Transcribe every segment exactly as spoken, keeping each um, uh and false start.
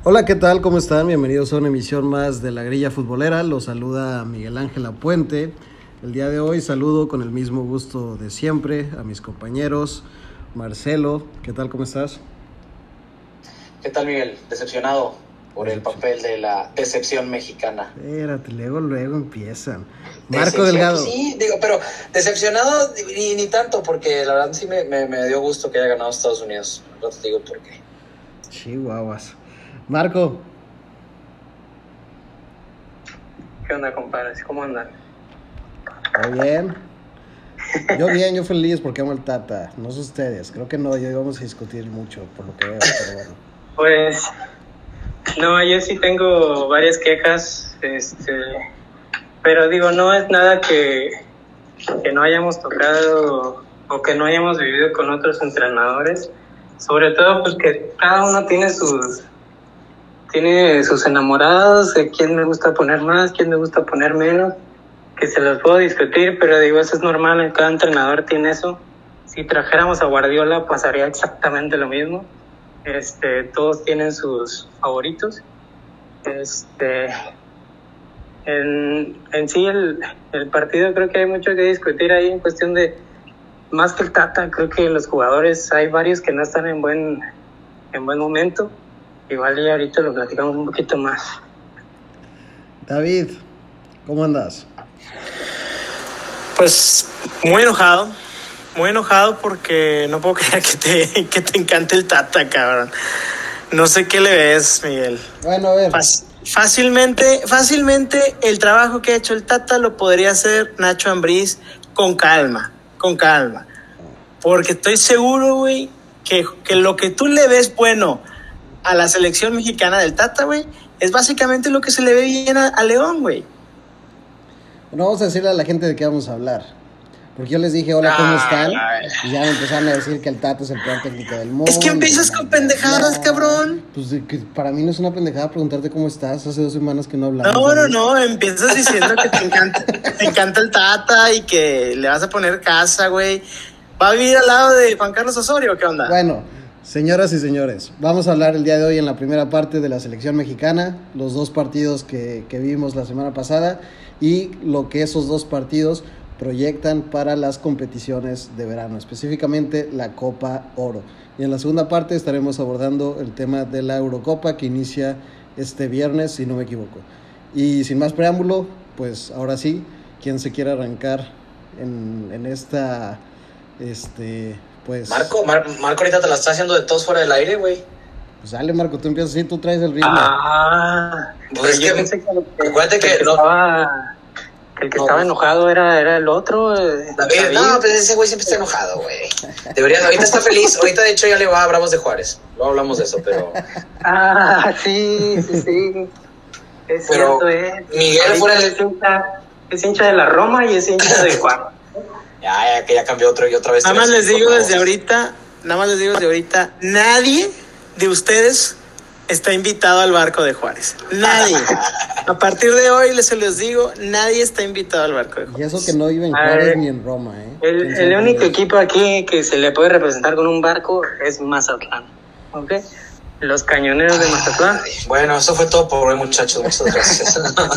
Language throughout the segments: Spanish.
Hola, ¿qué tal? ¿Cómo están? Bienvenidos a una emisión más de La Grilla Futbolera. Los saluda Miguel Ángel Apuente. El día de hoy saludo con el mismo gusto de siempre a mis compañeros. Marcelo, ¿qué tal? ¿Cómo estás? ¿Qué tal, Miguel? Decepcionado por el papel de la decepción mexicana. Espérate, luego, luego empiezan. Marco Delgado. Sí, digo, pero decepcionado ni, ni tanto, porque la verdad sí me, me, me dio gusto que haya ganado Estados Unidos. No te digo por qué. Chihuahuas. Marco. ¿Qué onda, compadres? ¿Cómo andan? ¿Todo bien? Yo bien, yo feliz porque amo el Tata. No sé ustedes, creo que no, yo íbamos a discutir mucho por lo que veo, pero bueno. Pues, no, yo sí tengo varias quejas, este, pero digo, no es nada que, que no hayamos tocado o que no hayamos vivido con otros entrenadores. Sobre todo, pues que cada uno tiene sus... Tiene sus enamorados, de quién me gusta poner más, quién me gusta poner menos, que se los puedo discutir, pero digo, eso es normal, cada entrenador tiene eso. Si trajéramos a Guardiola pasaría exactamente lo mismo. Este, todos tienen sus favoritos. Este, en, en sí el, el partido creo que hay mucho que discutir ahí en cuestión de, más que el Tata, creo que los jugadores, hay varios que no están en buen, en buen momento. Igual y ahorita lo platicamos un poquito más. David, ¿cómo andas? Pues muy enojado, muy enojado porque no puedo creer que te, que te encante el Tata, cabrón. No sé qué le ves, Miguel. Bueno, a ver. Fácil, fácilmente, fácilmente el trabajo que ha hecho el Tata lo podría hacer Nacho Ambriz con calma, con calma. Porque estoy seguro, güey, que, que lo que tú le ves bueno a la selección mexicana del Tata, güey, es básicamente lo que se le ve bien a, a León, güey. Bueno, vamos a decirle a la gente de qué vamos a hablar. Porque yo les dije, hola, ¿cómo están? Y ya me empezaron a decir que el Tata es el peor técnico del mundo. Es que empiezas con pendejadas, cabrón. Pues que para mí no es una pendejada preguntarte cómo estás. Hace dos semanas que no hablamos. No, no, no, empiezas diciendo que te encanta, te encanta el Tata y que le vas a poner casa, güey. ¿Va a vivir al lado de Juan Carlos Osorio? ¿Qué onda? Bueno, señoras y señores, vamos a hablar el día de hoy en la primera parte de la selección mexicana, los dos partidos que, que vimos la semana pasada y lo que esos dos partidos proyectan para las competiciones de verano, específicamente la Copa Oro. Y en la segunda parte estaremos abordando el tema de la Eurocopa que inicia este viernes, si no me equivoco. Y sin más preámbulo, pues ahora sí, quien se quiera arrancar en, en esta... este Pues, Marco, Mar- Marco ahorita te la está haciendo de todos fuera del aire, güey. Pues dale, Marco, tú empiezas así, tú traes el ritmo. Ah, pues es que, pensé que, que, acuérdate que, que, que no, estaba, que el que no, estaba enojado era, era el otro. David, David. No, pues ese güey siempre está enojado, güey. Debería, ahorita está feliz, ahorita de hecho ya le va a Bravos de Juárez. Luego hablamos de eso, pero... Ah, sí, sí, sí. Es pero cierto, eh. Miguel fuera del... Es hincha, es hincha de la Roma y es hincha de Juárez. Ya, ya, que ya cambió otro y otra vez. Nada más les digo desde ahorita, nada más les digo desde ahorita, nadie de ustedes está invitado al barco de Juárez. Nadie. A partir de hoy les se los digo, nadie está invitado al barco de Juárez. Y eso que no vive en Juárez ver, ni en Roma, ¿eh? El, el único equipo aquí que se le puede representar con un barco es Mazatlán, ¿ok? Los cañoneros de Mazatlán. Ay, bueno, eso fue todo por hoy, muchachos. Muchas gracias.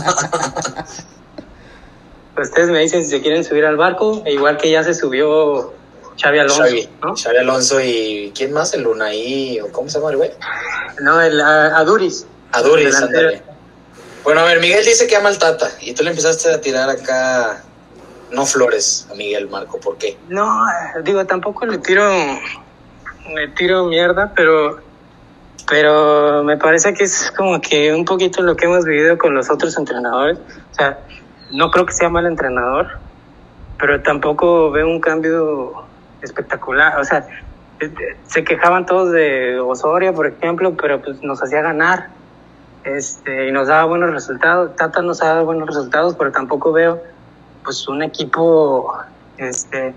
Ustedes me dicen si se quieren subir al barco, igual que ya se subió Xavi Alonso, Xavi, ¿no? Xavi Alonso y... ¿quién más? ¿El Unai? ¿O cómo se llama el güey? No, el uh, Aduris. Aduris, ándale. Bueno, a ver, Miguel dice que ama al Tata y tú le empezaste a tirar acá no flores a Miguel, Marco, ¿por qué? No, digo, tampoco le tiro le tiro mierda, pero pero me parece que es como que un poquito lo que hemos vivido con los otros entrenadores. O sea, no creo que sea mal entrenador, pero tampoco veo un cambio espectacular. O sea, se quejaban todos de Osorio, por ejemplo, pero pues nos hacía ganar este y nos daba buenos resultados. Tata nos ha dado buenos resultados, pero tampoco veo pues un equipo este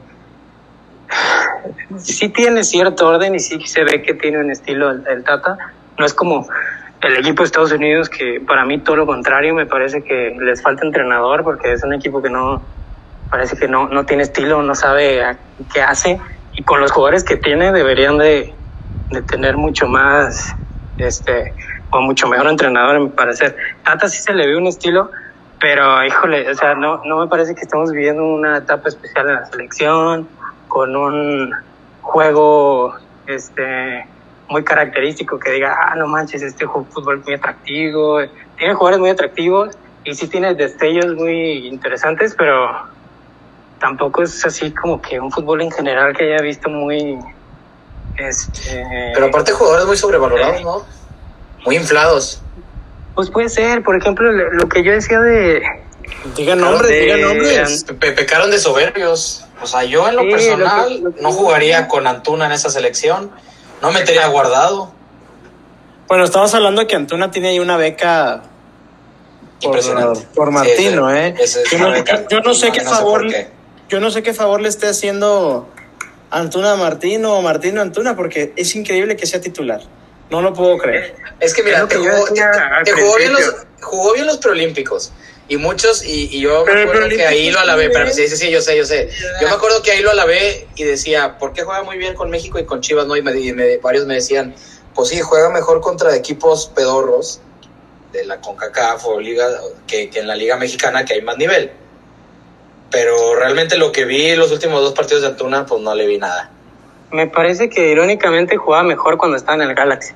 sí tiene cierto orden y sí se ve que tiene un estilo el, el Tata. No es como el equipo de Estados Unidos, que para mí todo lo contrario, me parece que les falta entrenador, porque es un equipo que no, parece que no, no tiene estilo, no sabe a, qué hace, y con los jugadores que tiene deberían de, de tener mucho más este o mucho mejor entrenador, a mi parecer. Tata sí se le ve un estilo, pero híjole, o sea, no, no me parece que estemos viviendo una etapa especial en la selección, con un juego este muy característico que diga, ah, no manches, este fútbol muy atractivo. Tiene jugadores muy atractivos y sí tiene destellos muy interesantes, pero tampoco es así como que un fútbol en general que haya visto muy... Este, pero aparte jugadores muy sobrevalorados, ¿no? Muy inflados. Pues puede ser, por ejemplo, lo que yo decía de... Digan nombres, de, digan nombres. Pe pecaron de soberbios. O sea, yo en lo sí, personal lo que, lo que no jugaría con Antuna en esa selección. No metería a Guardado. Bueno, estamos hablando de que Antuna tiene ahí una beca impresionante por, por Martino, sí, ¿eh? Es yo, no, beca, yo no sé no, qué no favor, sé qué. yo no sé qué favor le esté haciendo Antuna a Martino o Martino a Antuna, porque es increíble que sea titular. No lo puedo creer. Es que mira, es te, jugó, te, te jugó, bien los, jugó bien los preolímpicos. Y muchos, y, y yo me pero acuerdo que ahí lo alabé, pero sí, sí, sí, yo sé, yo sé. Yo me acuerdo que ahí lo alabé y decía, ¿por qué juega muy bien con México y con Chivas? No, y, me, y me, varios me decían, pues sí, juega mejor contra equipos pedorros de la CONCACAF o Liga, que, que en la Liga Mexicana, que hay más nivel. Pero realmente lo que vi en los últimos dos partidos de Antuna, pues no le vi nada. Me parece que irónicamente jugaba mejor cuando estaba en el Galaxy.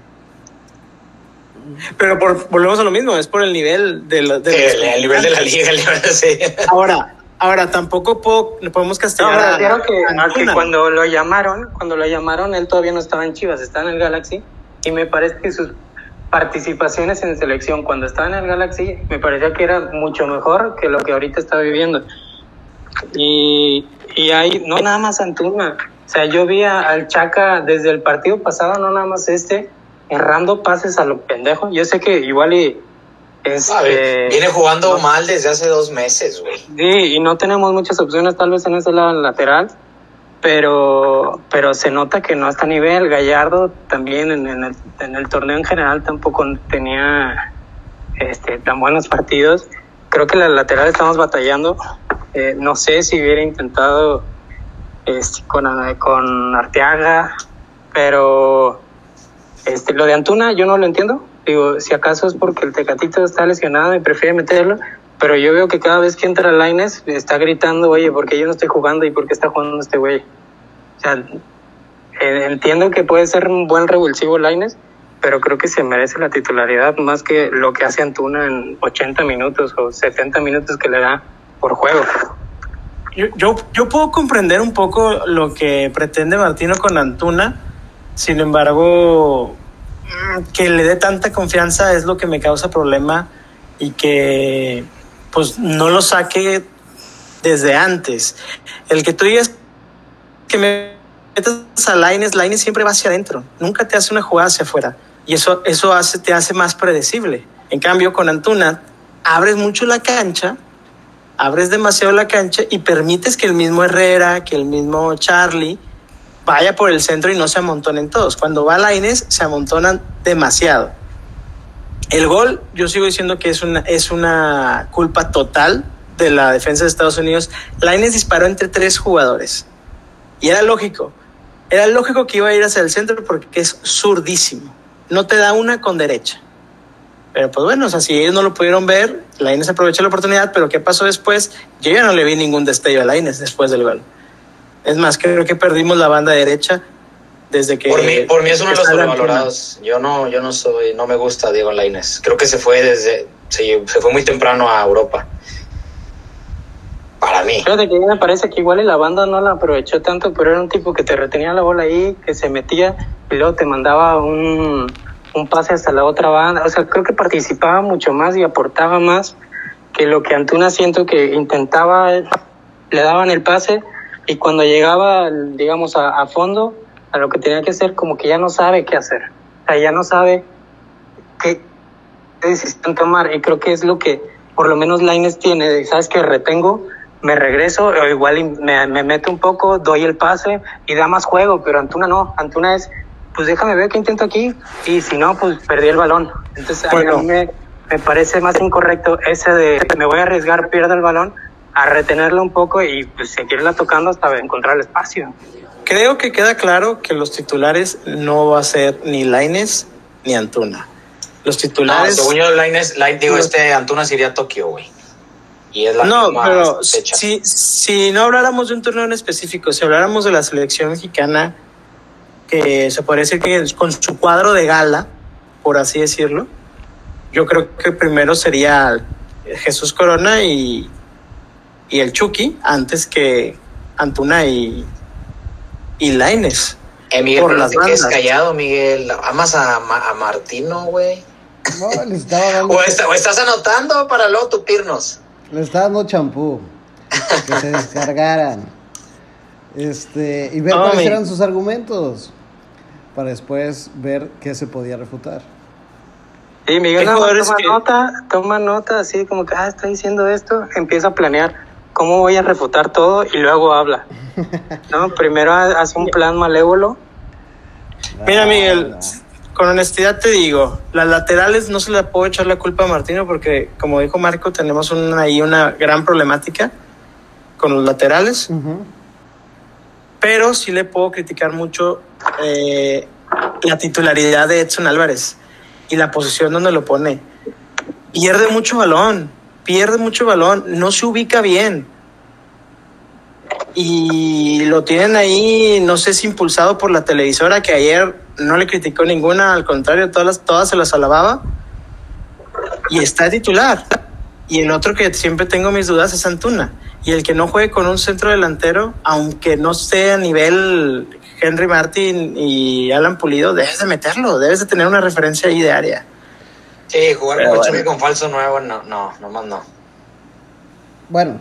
Pero por, volvemos a lo mismo, es por el nivel de la, de sí, el, el nivel de la liga, el nivel de, sí. Ahora, ahora tampoco puedo, podemos castigar. No, me refiero que, a que cuando lo llamaron, cuando lo llamaron, él todavía no estaba en Chivas, estaba en el Galaxy, y me parece que sus participaciones en selección cuando estaba en el Galaxy me parecía que era mucho mejor que lo que ahorita está viviendo. Y, y hay, no nada más Antuna, o sea, yo vi a, al Chaca desde el partido pasado, no nada más este, errando pases a lo pendejo. Yo sé que igual y es, a ver, eh, viene jugando no, mal desde hace dos meses, güey. Sí, y no tenemos muchas opciones tal vez en ese lado lateral, pero pero se nota que no está a nivel. Gallardo también en, en, el, en el torneo en general tampoco tenía este tan buenos partidos. Creo que la lateral estamos batallando. Eh, no sé si hubiera intentado este, con, con Arteaga, pero este, lo de Antuna yo no lo entiendo. Digo, si acaso es porque el Tecatito está lesionado y prefiere meterlo, pero yo veo que cada vez que entra Lainez está gritando, oye, ¿por qué yo no estoy jugando y por qué está jugando este güey? O sea, eh, entiendo que puede ser un buen revulsivo Lainez, pero creo que se merece la titularidad más que lo que hace Antuna en ochenta minutos o setenta minutos que le da por juego. Yo, yo, yo puedo comprender un poco lo que pretende Martino con Antuna, sin embargo, que le dé tanta confianza es lo que me causa problema y que pues no lo saque desde antes. El que tú digas que me metas a Lainez, Lainez siempre va hacia adentro, nunca te hace una jugada hacia afuera, y eso, eso hace, te hace más predecible. En cambio, con Antuna abres mucho la cancha, abres demasiado la cancha y permites que el mismo Herrera, que el mismo Charlie vaya por el centro y no se amontonen todos. Cuando va Lainez se amontonan demasiado. El gol, yo sigo diciendo que es una, es una culpa total de la defensa de Estados Unidos. Lainez disparó entre tres jugadores y era lógico, era lógico que iba a ir hacia el centro porque es zurdísimo, no te da una con derecha. Pero pues bueno, o sea, si ellos no lo pudieron ver, Lainez aprovechó la oportunidad, pero ¿qué pasó después? Yo ya no le vi ningún destello a Lainez después del gol. Es más, creo que perdimos la banda derecha desde que... Por mí, por mí es uno de los sobrevalorados. Yo no, yo no soy, no me gusta Diego Lainez. Creo que se fue desde, se, se fue muy temprano a Europa. Para mí. Fíjate que me parece que igual la banda no la aprovechó tanto, pero era un tipo que te retenía la bola ahí, que se metía y luego te mandaba un, un pase hasta la otra banda. O sea, creo que participaba mucho más y aportaba más que lo que Antuna, siento que intentaba, le daban el pase y cuando llegaba, digamos, a, a fondo, a lo que tenía que hacer, como que ya no sabe qué hacer. O sea, ya no sabe qué decisión tomar. Y creo que es lo que por lo menos Lainez tiene. ¿Sabes qué? Retengo, me regreso, o igual me, me meto un poco, doy el pase y da más juego. Pero Antuna no. Antuna es, pues déjame ver qué intento aquí. Y si no, pues perdí el balón. Entonces bueno, a mí me, me parece más incorrecto ese de me voy a arriesgar, pierdo el balón, a retenerlo un poco y pues seguirla tocando hasta encontrar el espacio. Creo que queda claro que los titulares no va a ser ni Lainez ni Antuna. Los titulares. No, según yo, Lainez, Lainez, digo, este Antuna se iría a Tokio, güey. Y es la no, misma pero fecha. Si, si no habláramos de un torneo en específico, si habláramos de la selección mexicana, que se podría decir que con su cuadro de gala, por así decirlo, yo creo que primero sería Jesús Corona y, y el Chucky, antes que Antuna y, y Lainez. Eh, Miguel, por no te quedes callado, Miguel. Amas a, a Martino, güey. No, le estaba dando... o, está, o estás anotando para luego tupirnos. Le estaba dando champú. Que se descargaran. Este, y ver oh, cuáles eran sus argumentos. Para después ver qué se podía refutar. Sí, Miguel no, toma que... nota, toma nota, así como que, ah, está diciendo esto, empieza a planear cómo voy a refutar todo y luego habla. No, primero hace un plan malévolo. Mira, Miguel, con honestidad te digo, las laterales no se le puedo echar la culpa a Martino porque, como dijo Marco, tenemos una, ahí una gran problemática con los laterales. Uh-huh. Pero sí le puedo criticar mucho eh, la titularidad de Edson Álvarez y la posición donde lo pone. Pierde mucho balón, pierde mucho balón, no se ubica bien. Y lo tienen ahí, no sé si impulsado por la televisora, que ayer no le criticó ninguna, al contrario, todas, las, todas se las alababa. Y está titular. Y el otro que siempre tengo mis dudas es Antuna. Y el que no juegue con un centro delantero, aunque no esté a nivel Henry Martin y Alan Pulido, debes de meterlo, debes de tener una referencia ahí de área. Sí, jugar Pero con, bueno. con falso nuevo, no, no, nomás no. Bueno,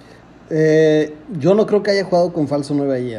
eh, yo no creo que haya jugado con falso nueve ayer.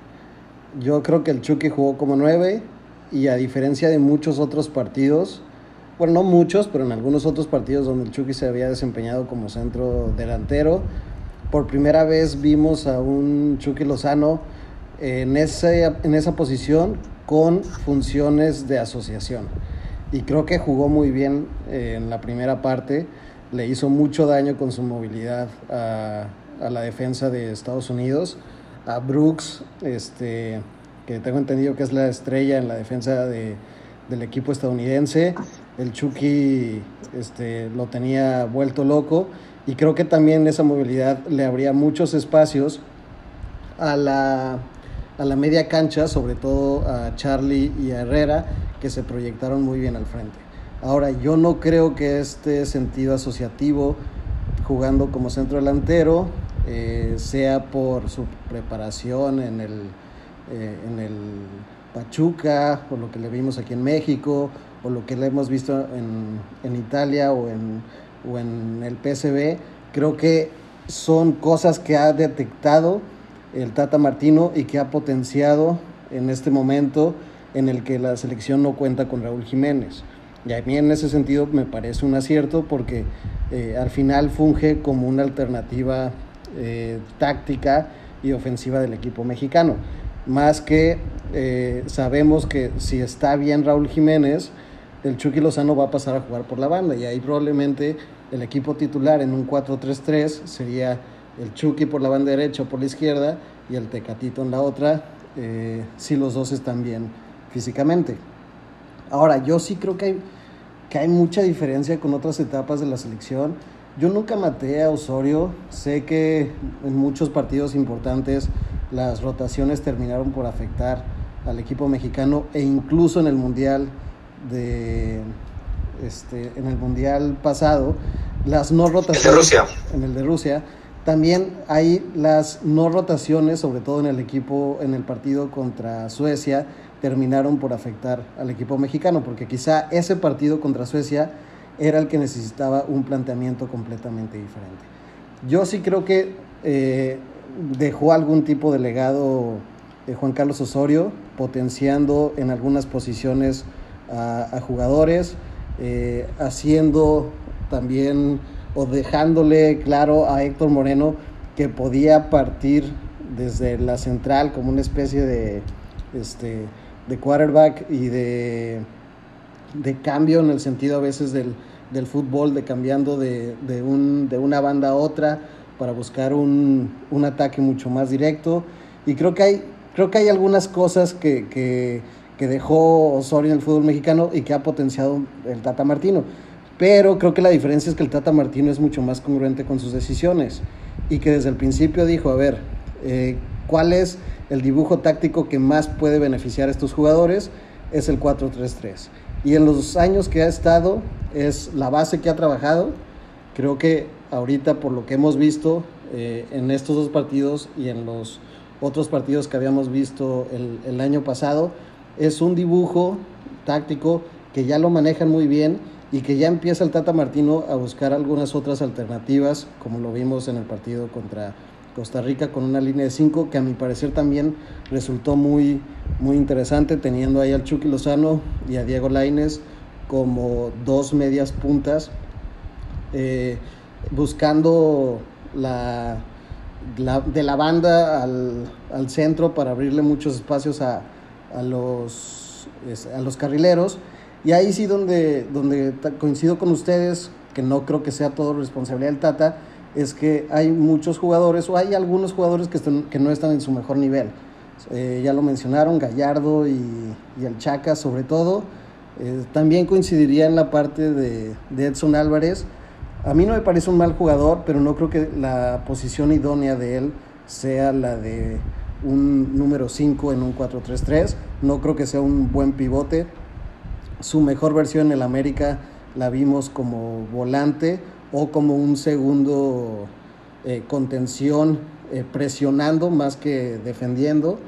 Yo creo que el Chucky jugó como nueve y a diferencia de muchos otros partidos, bueno, no muchos, pero en algunos otros partidos donde el Chucky se había desempeñado como centro delantero, por primera vez vimos a un Chucky Lozano en, ese, en esa posición con funciones de asociación. Y creo que jugó muy bien eh, en la primera parte. Le hizo mucho daño con su movilidad a, a la defensa de Estados Unidos. A Brooks, este, que tengo entendido que es la estrella en la defensa de, del equipo estadounidense. El Chucky este, lo tenía vuelto loco. Y creo que también esa movilidad le abría muchos espacios a la, a la media cancha, sobre todo a Charlie y a Herrera, que se proyectaron muy bien al frente. Ahora, yo no creo que este sentido asociativo, jugando como centro delantero, eh, sea por su preparación en el, eh, en el Pachuca, o lo que le vimos aquí en México, o lo que le hemos visto en, en Italia o en... o en el P S V. Creo que son cosas que ha detectado el Tata Martino y que ha potenciado en este momento en el que la selección no cuenta con Raúl Jiménez. Y a mí en ese sentido me parece un acierto porque eh, al final funge como una alternativa eh, táctica y ofensiva del equipo mexicano. Más que eh, sabemos que si está bien Raúl Jiménez, el Chucky Lozano va a pasar a jugar por la banda y ahí probablemente el equipo titular en un cuatro tres tres sería el Chucky por la banda derecha o por la izquierda y el Tecatito en la otra, eh, si los dos están bien físicamente. Ahora, yo sí creo que hay, que hay mucha diferencia con otras etapas de la selección. Yo nunca maté a Osorio, sé que en muchos partidos importantes las rotaciones terminaron por afectar al equipo mexicano e incluso en el Mundial de este en el mundial pasado las no rotaciones el de Rusia. en el de Rusia también hay las no rotaciones, sobre todo en el equipo en el partido contra Suecia, terminaron por afectar al equipo mexicano porque quizá ese partido contra Suecia era el que necesitaba un planteamiento completamente diferente. Yo sí creo que eh, dejó algún tipo de legado de Juan Carlos Osorio, potenciando en algunas posiciones A, a jugadores, eh, haciendo también o dejándole claro a Héctor Moreno que podía partir desde la central como una especie de, este, de quarterback y de, de cambio en el sentido a veces del, del fútbol, de cambiando de, de, un, de una banda a otra para buscar un, un ataque mucho más directo. Y creo que hay, creo que hay algunas cosas que, que que dejó Osorio en el fútbol mexicano y que ha potenciado el Tata Martino. Pero creo que la diferencia es que el Tata Martino es mucho más congruente con sus decisiones y que desde el principio dijo, a ver, eh, ¿cuál es el dibujo táctico que más puede beneficiar a estos jugadores? Es el cuatro tres tres. Y en los años que ha estado, es la base que ha trabajado. Creo que ahorita, por lo que hemos visto eh, en estos dos partidos y en los otros partidos que habíamos visto el, el año pasado, es un dibujo táctico que ya lo manejan muy bien y que ya empieza el Tata Martino a buscar algunas otras alternativas, como lo vimos en el partido contra Costa Rica, con una línea de cinco que a mi parecer también resultó muy, muy interesante, teniendo ahí al Chucky Lozano y a Diego Lainez como dos medias puntas, eh, buscando la, la, de la banda al, al centro para abrirle muchos espacios a, a, los, a los carrileros. Y ahí sí donde, donde coincido con ustedes, que no creo que sea todo responsabilidad del Tata, es que hay muchos jugadores, o hay algunos jugadores que, están, que no están en su mejor nivel. Eh, ya lo mencionaron, Gallardo y, y el Chaca sobre todo. Eh, también coincidiría en la parte de, de Edson Álvarez. A mí no me parece un mal jugador, pero no creo que la posición idónea de él sea la de un número cinco en un cuatro tres tres. No creo que sea un buen pivote. Su mejor versión en el América la vimos como volante o como un segundo eh, contención, eh, presionando más que defendiendo.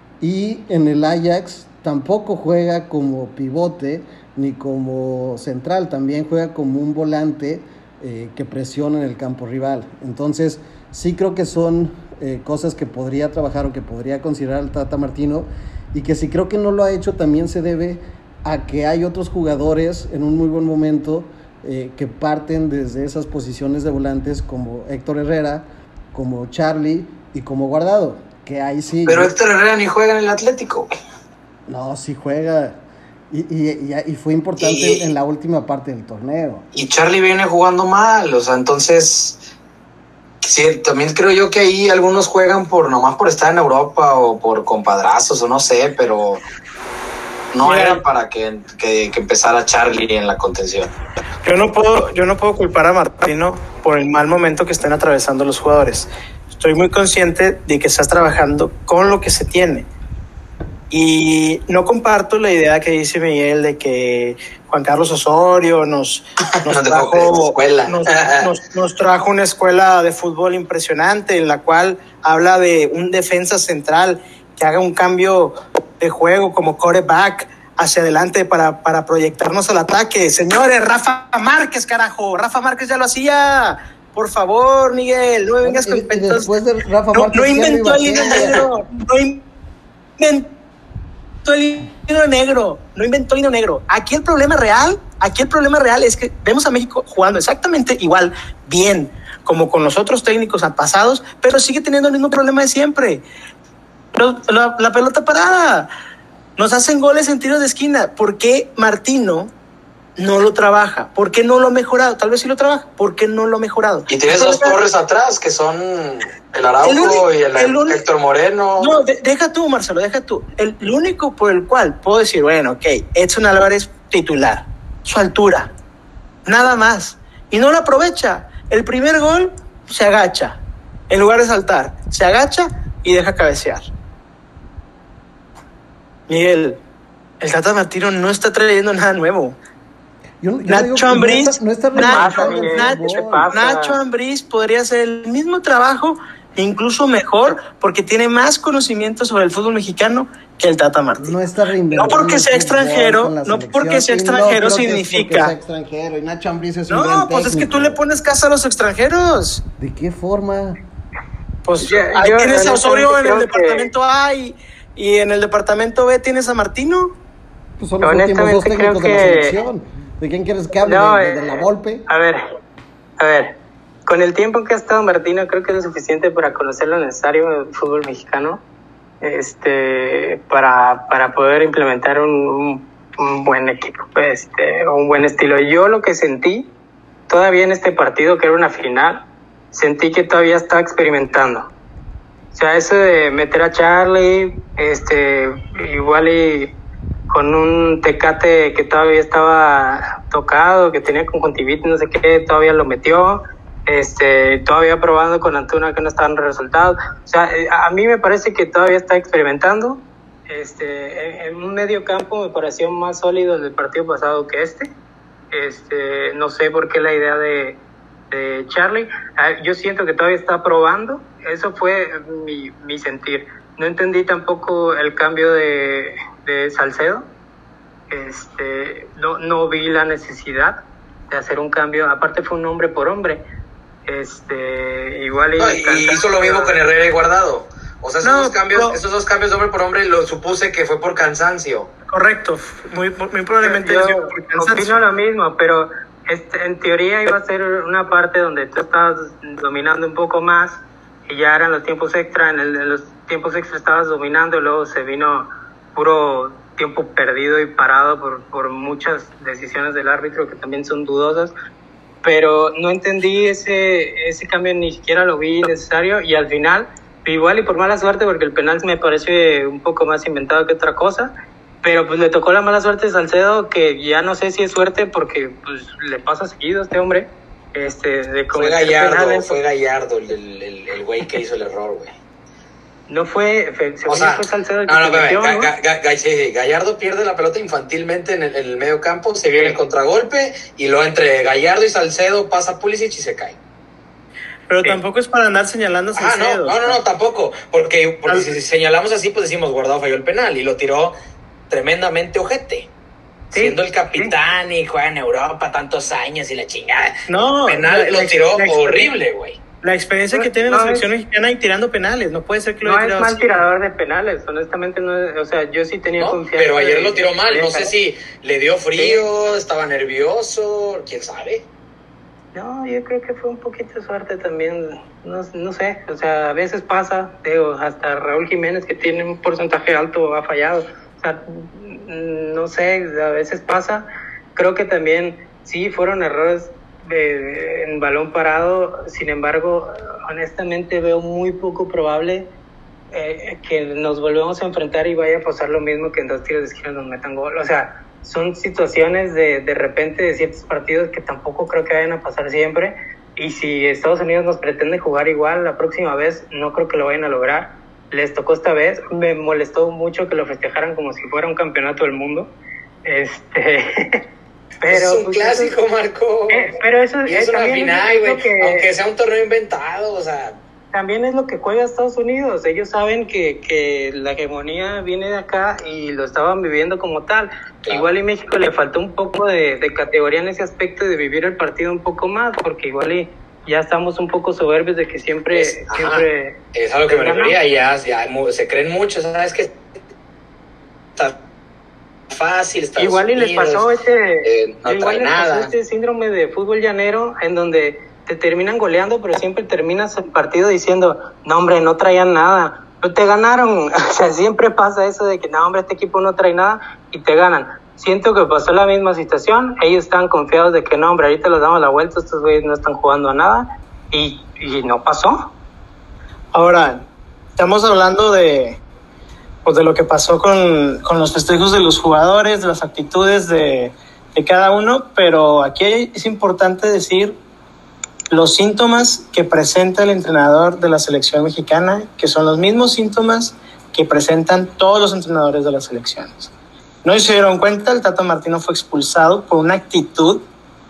Y en el Ajax tampoco juega como pivote ni como central, también juega como un volante eh, que presiona en el campo rival. Entonces sí creo que son eh, cosas que podría trabajar o que podría considerar el Tata Martino, y que si creo que no lo ha hecho también se debe a que hay otros jugadores en un muy buen momento eh, que parten desde esas posiciones de volantes, como Héctor Herrera, como Charlie y como Guardado, que ahí sí. Pero Héctor Herrera ni juega en el Atlético. No, sí juega, y, y, y, y fue importante y, en la última parte del torneo. Y Charlie viene jugando mal, o sea, entonces sí, también creo yo que ahí algunos juegan por nomás por estar en Europa o por compadrazos o no sé, pero no Mira, era para que, que, que empezara Charlie en la contención. Yo no puedo, yo no puedo culpar a Martino por el mal momento que están atravesando los jugadores. Estoy muy consciente de que estás trabajando con lo que se tiene. Y no comparto la idea que dice Miguel de que Juan Carlos Osorio nos, nos, trajo, nos, nos, nos trajo una escuela de fútbol impresionante, en la cual habla de un defensa central que haga un cambio de juego como quarterback hacia adelante para, para proyectarnos al ataque. Señores, Rafa Márquez, carajo, Rafa Márquez ya lo hacía. Por favor, Miguel, no me vengas con inventos. De Rafa no, Márquez, no inventó el hilo negro, no inventó el hilo negro, no inventó el hilo negro. Aquí el problema real, aquí el problema real es que vemos a México jugando exactamente igual, bien, como con los otros técnicos pasados, pero sigue teniendo el mismo problema de siempre. La, la, la pelota parada. Nos hacen goles en tiros de esquina. ¿Por qué Martino no lo trabaja? ¿Por qué no lo ha mejorado? Tal vez sí lo trabaja. ¿Por qué no lo ha mejorado? Y tienes dos torres atrás, que son el Araujo el único, y el, el único, Héctor Moreno. No, de, deja tú, Marcelo, deja tú. El, el único por el cual puedo decir, bueno, ok, Edson Álvarez titular, su altura, nada más. Y no lo aprovecha. El primer gol se agacha. En lugar de saltar, se agacha y deja cabecear. Miguel, el Tata Martino no está trayendo nada nuevo. Yo, yo Nacho Ambriz no está, no está Nacho, Nacho, Nacho Ambriz podría hacer el mismo trabajo, incluso mejor, porque tiene más conocimiento sobre el fútbol mexicano que el Tata Martino. No está No porque sea extranjero, no porque sea extranjero no significa. Sea extranjero y Nacho Ambriz es no, un gran pues técnico. Es que tú le pones casa a los extranjeros. ¿De qué forma? Pues yo, ahí yo, tienes a Osorio en el departamento A y, y en el departamento B tienes a Martino. Pues son los últimos dos técnicos de la selección. ¿De quién quieres que hable? No, ¿De, de, de la Volpe? A ver, a ver. Con el tiempo que ha estado Martino, creo que es suficiente para conocer lo necesario del fútbol mexicano, este, para, para poder implementar un, un, un buen equipo, este, un buen estilo. Yo lo que sentí, todavía en este partido, que era una final, sentí que todavía estaba experimentando. O sea, eso de meter a Charlie, este, igual y con un Tecate que todavía estaba tocado, que tenía conjuntivitis, no sé qué, todavía lo metió, este, todavía probando con Antuna que no estaban los resultados. O sea, a mí me parece que todavía está experimentando. Este, en, en un medio campo me pareció más sólido el del partido pasado que este. Este, no sé por qué la idea de, de Charlie. Yo siento que todavía está probando. Eso fue mi, mi sentir. No entendí tampoco el cambio de, de Salcedo. Este, no, no vi la necesidad de hacer un cambio. Aparte fue un hombre por hombre. Este, igual y, no, y hizo lo mismo con Herrera y Guardado. O sea, esos, no, dos cambios, no. esos dos cambios de hombre por hombre lo supuse que fue por cansancio. Correcto, muy, muy probablemente yo por cansancio. opino lo mismo, pero este, en teoría iba a ser una parte donde tú estabas dominando un poco más y ya eran los tiempos extra. En, el, en los tiempos extra estabas dominando y luego se vino puro tiempo perdido y parado por, por muchas decisiones del árbitro que también son dudosas. Pero no entendí ese, ese cambio, ni siquiera lo vi necesario, y al final, igual y por mala suerte, porque el penal me parece un poco más inventado que otra cosa, pero pues le tocó la mala suerte a Salcedo, que ya no sé si es suerte porque pues le pasa seguido a este hombre. Este, de fue Gallardo, penales. fue Gallardo el, el, el güey que hizo el error, güey. No fue, según o sea, fue Salcedo el que no, no, se metió, ga, ¿no? Ga, Ga, Ga, Gallardo pierde la pelota infantilmente en el, en el medio campo, se viene el contragolpe y luego entre Gallardo y Salcedo pasa Pulisic y se cae. Pero sí. Tampoco es para andar señalando a Salcedo. Ah, no, no, no, no, tampoco, porque, porque si señalamos así, pues decimos Guardado falló el penal y lo tiró tremendamente ojete. Sí, siendo el capitán sí. Y juega en Europa tantos años y la chingada. No, el penal la, lo la, tiró la horrible, güey. La experiencia no, que tiene no la selección es, mexicana y tirando penales, no puede ser que lo no haya tirado es mal así. Tirador de penales, honestamente no es, o sea, yo sí tenía no, confianza. Pero ayer de, lo tiró mal, no sé si le dio frío, sí. Estaba nervioso, quién sabe. No, yo creo que fue un poquito suerte también, no, no sé, o sea, a veces pasa, digo, hasta Raúl Jiménez que tiene un porcentaje alto ha fallado, o sea, no sé, a veces pasa. Creo que también sí fueron errores de, de, en balón parado, sin embargo, honestamente veo muy poco probable eh, que nos volvamos a enfrentar y vaya a pasar lo mismo que en dos tiros de esquina nos metan gol. O sea, son situaciones de, de repente de ciertos partidos que tampoco creo que vayan a pasar siempre, y si Estados Unidos nos pretende jugar igual la próxima vez, no creo que lo vayan a lograr. Les tocó esta vez, me molestó mucho que lo festejaran como si fuera un campeonato del mundo. Este... Pero, es un pues, clásico, eso, Marco. Eh, pero eso y es eh, una final, güey. Que... Aunque sea un torneo inventado, o sea. También es lo que juega Estados Unidos. Ellos saben que, que la hegemonía viene de acá y lo estaban viviendo como tal. Claro. Igual y México le faltó un poco de, de categoría en ese aspecto, de vivir el partido un poco más, porque igual y ya estamos un poco soberbios de que siempre... Es, siempre es a lo que me refería. Ya, ya se creen mucho, ¿sabes qué? Está fácil, Estados igual y les Unidos, pasó este eh, no igual trae les nada. pasó este síndrome de fútbol llanero en donde te terminan goleando, pero siempre terminas el partido diciendo, no hombre, no traían nada, no te ganaron. O sea, siempre pasa eso de que no hombre, este equipo no trae nada y te ganan. Siento que pasó la misma situación, ellos están confiados de que no hombre, ahorita les damos la vuelta, estos güeyes no están jugando a nada, y, y no pasó. Ahora, estamos hablando de pues de lo que pasó con, con los festejos de los jugadores, de las actitudes de, de cada uno, pero aquí es importante decir los síntomas que presenta el entrenador de la selección mexicana, que son los mismos síntomas que presentan todos los entrenadores de las selecciones. No se dieron cuenta, el Tata Martino fue expulsado por una actitud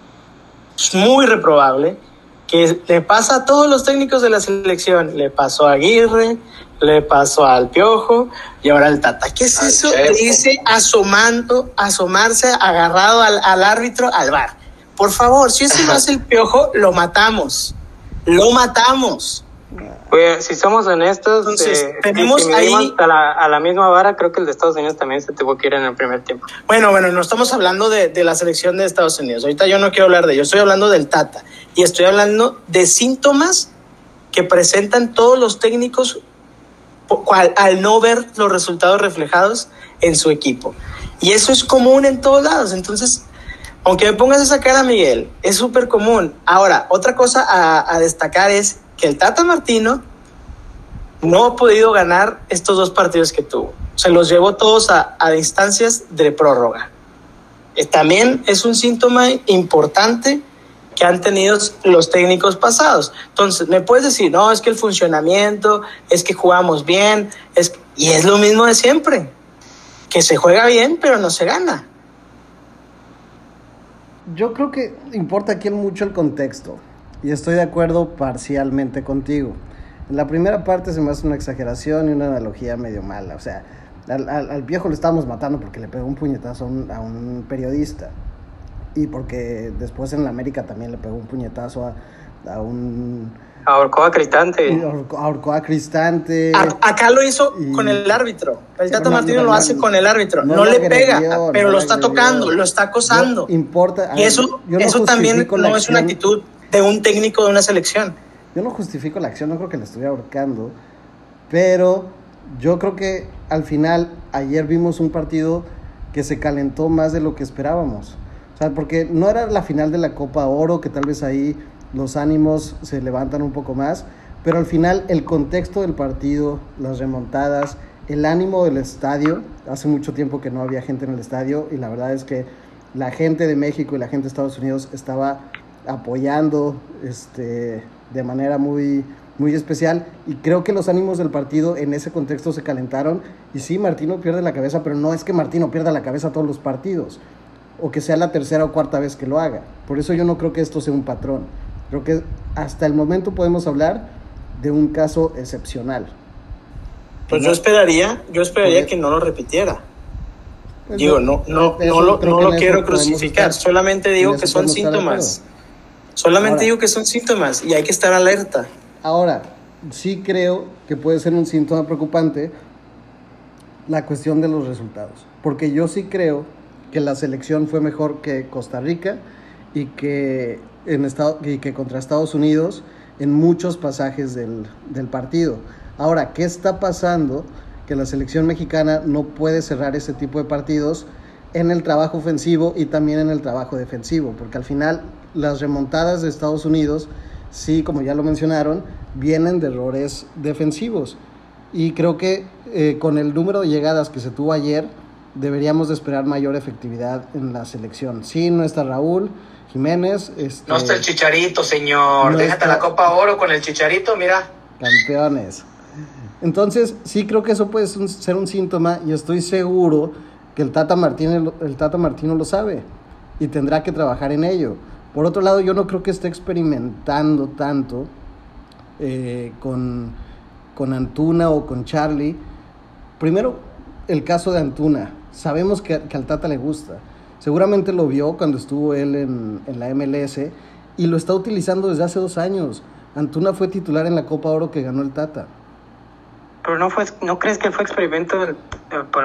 muy reprobable que le pasa a todos los técnicos de la selección. Le pasó a Aguirre, le pasó al Piojo y ahora al Tata. ¿Qué es eso? Le dice asomando, asomarse agarrado al, al árbitro, al V A R. Por favor, si eso lo hace el Piojo, lo matamos. Lo matamos. Pues, si somos honestos, entonces eh, tenemos si ahí a la, a la misma vara, creo que el de Estados Unidos también se tuvo que ir en el primer tiempo. Bueno, bueno, no estamos hablando de, de la selección de Estados Unidos. Ahorita yo no quiero hablar de ello. Estoy hablando del Tata y estoy hablando de síntomas que presentan todos los técnicos al, al no ver los resultados reflejados en su equipo. Y eso es común en todos lados. Entonces, aunque me pongas esa cara, Miguel, es súper común. Ahora, otra cosa a, a destacar es que el Tata Martino no ha podido ganar estos dos partidos que tuvo. se los llevó todos a, a instancias de prórroga. Eh, también es un síntoma importante que han tenido los técnicos pasados. Entonces, me puedes decir, no, es que el funcionamiento, es que jugamos bien, es y es lo mismo de siempre, que se juega bien, pero no se gana. Yo creo que importa aquí mucho el contexto, y estoy de acuerdo parcialmente contigo. En la primera parte se me hace una exageración y una analogía medio mala, o sea, al, al, al viejo lo estábamos matando porque le pegó un puñetazo a un, a un periodista, y porque después en la América también le pegó un puñetazo a, a un... Ahorcó a Cristante. Ahorcó, ahorcó a Cristante. A, acá lo hizo y... con el árbitro. El Tata no, Martino no, lo hace no, con el árbitro. No, no le pega, agredió, pero no lo está agredió. tocando, lo está acosando. No importa. Y eso, no eso también no es una actitud de un técnico de una selección. Yo no justifico la acción, no creo que le estuviera ahorcando, pero yo creo que al final, ayer vimos un partido que se calentó más de lo que esperábamos. O sea, porque no era la final de la Copa Oro, que tal vez ahí los ánimos se levantan un poco más, pero al final el contexto del partido, las remontadas, el ánimo del estadio, hace mucho tiempo que no había gente en el estadio, y la verdad es que la gente de México y la gente de Estados Unidos estaba apoyando este, de manera muy, muy especial, y creo que los ánimos del partido en ese contexto se calentaron, y sí, Martino pierde la cabeza, pero no es que Martino pierda la cabeza todos los partidos, o que sea la tercera o cuarta vez que lo haga. Por eso yo no creo que esto sea un patrón. Creo que hasta el momento podemos hablar de un caso excepcional. Pues yo esperaría, yo esperaría Porque, que no lo repitiera. Pues digo, no, no, no lo, no lo quiero crucificar, estar, solamente digo que son síntomas. Solamente Ahora, digo que son síntomas y hay que estar alerta. Ahora, sí creo que puede ser un síntoma preocupante la cuestión de los resultados. Porque yo sí creo que la selección fue mejor que Costa Rica y que, en estado, y que contra Estados Unidos en muchos pasajes del, del partido. Ahora, ¿qué está pasando? Que la selección mexicana no puede cerrar ese tipo de partidos en el trabajo ofensivo y también en el trabajo defensivo, porque al final las remontadas de Estados Unidos, sí, como ya lo mencionaron, vienen de errores defensivos, y creo que eh, con el número de llegadas que se tuvo ayer, deberíamos de esperar mayor efectividad en la selección. Sí, no está Raúl Jiménez. Este, no está el Chicharito, señor. No Déjate está... la Copa Oro con el Chicharito, mira. Campeones. Entonces, sí creo que eso puede ser un síntoma, y estoy seguro que el Tata Martino, el Tata Martino lo sabe y tendrá que trabajar en ello. Por otro lado, yo no creo que esté experimentando tanto eh, con, con Antuna o con Charlie. Primero, el caso de Antuna. Sabemos que, que al Tata le gusta. Seguramente lo vio cuando estuvo él en, en la M L S y lo está utilizando desde hace dos años. Antuna fue titular en la Copa Oro que ganó el Tata. Pero no fue, ¿no crees que fue experimento del, por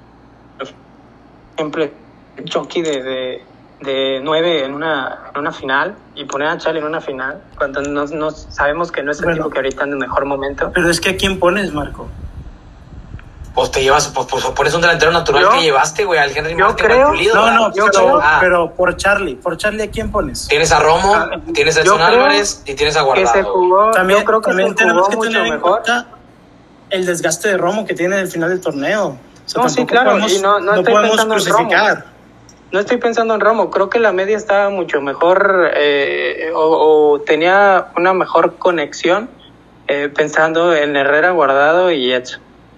ejemplo, Chucky de, de, de nueve en una, en una final y poner a Charlie en una final cuando no, no sabemos que no es el bueno, tipo que ahorita en el mejor momento? Pero es que ¿a quién pones, Marco? Pues te llevas, pues, pues pones un delantero natural yo, que llevaste, güey, al Henry Martin Pulido. No, no, yo creo, ah. pero por Charlie, por Charlie, ¿a quién pones? Tienes a Romo, ah, tienes a Edson Álvarez y tienes a Guardado. Que se jugó, también, yo creo que también se tenemos jugó que tener en cuenta el desgaste de Romo que tiene al final del torneo. O sea, no, sí, claro, podemos, y no, no, no estoy podemos pensando crucificar. En Romo. No estoy pensando en Romo, creo que la media estaba mucho mejor eh, o, o tenía una mejor conexión eh, pensando en Herrera, Guardado y Edson.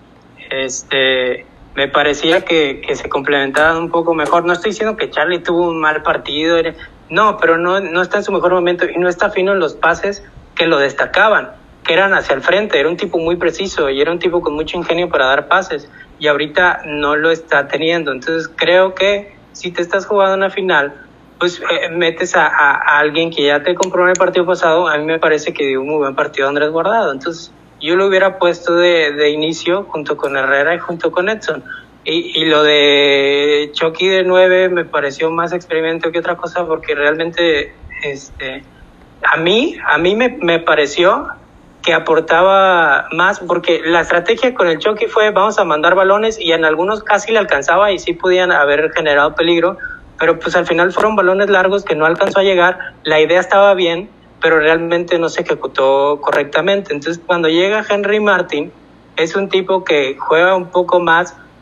Este, me parecía que, que se complementaban un poco mejor. No estoy diciendo que Charlie tuvo un mal partido, no, pero no, no está en su mejor momento y no está fino en los pases que lo destacaban, que eran hacia el frente. Era un tipo muy preciso y era un tipo con mucho ingenio para dar pases, y ahorita no lo está teniendo. Entonces creo que si te estás jugando una final, pues eh, metes a, a, a alguien que ya te compró en el partido pasado. A mí me parece que dio un muy buen partido Andrés Guardado, entonces yo lo hubiera puesto de, de inicio junto con Herrera y junto con Edson. Y, y lo de Chucky de nueve me pareció más experimento que otra cosa, porque realmente este a mí a mí me, me pareció que aportaba más, porque la estrategia con el Chucky fue vamos a mandar balones, y en algunos casi le alcanzaba y sí podían haber generado peligro, pero pues al final fueron balones largos que no alcanzó a llegar. La idea estaba bien, pero realmente no se ejecutó correctamente. Entonces cuando llega Henry Martin, es un tipo que juega un poco más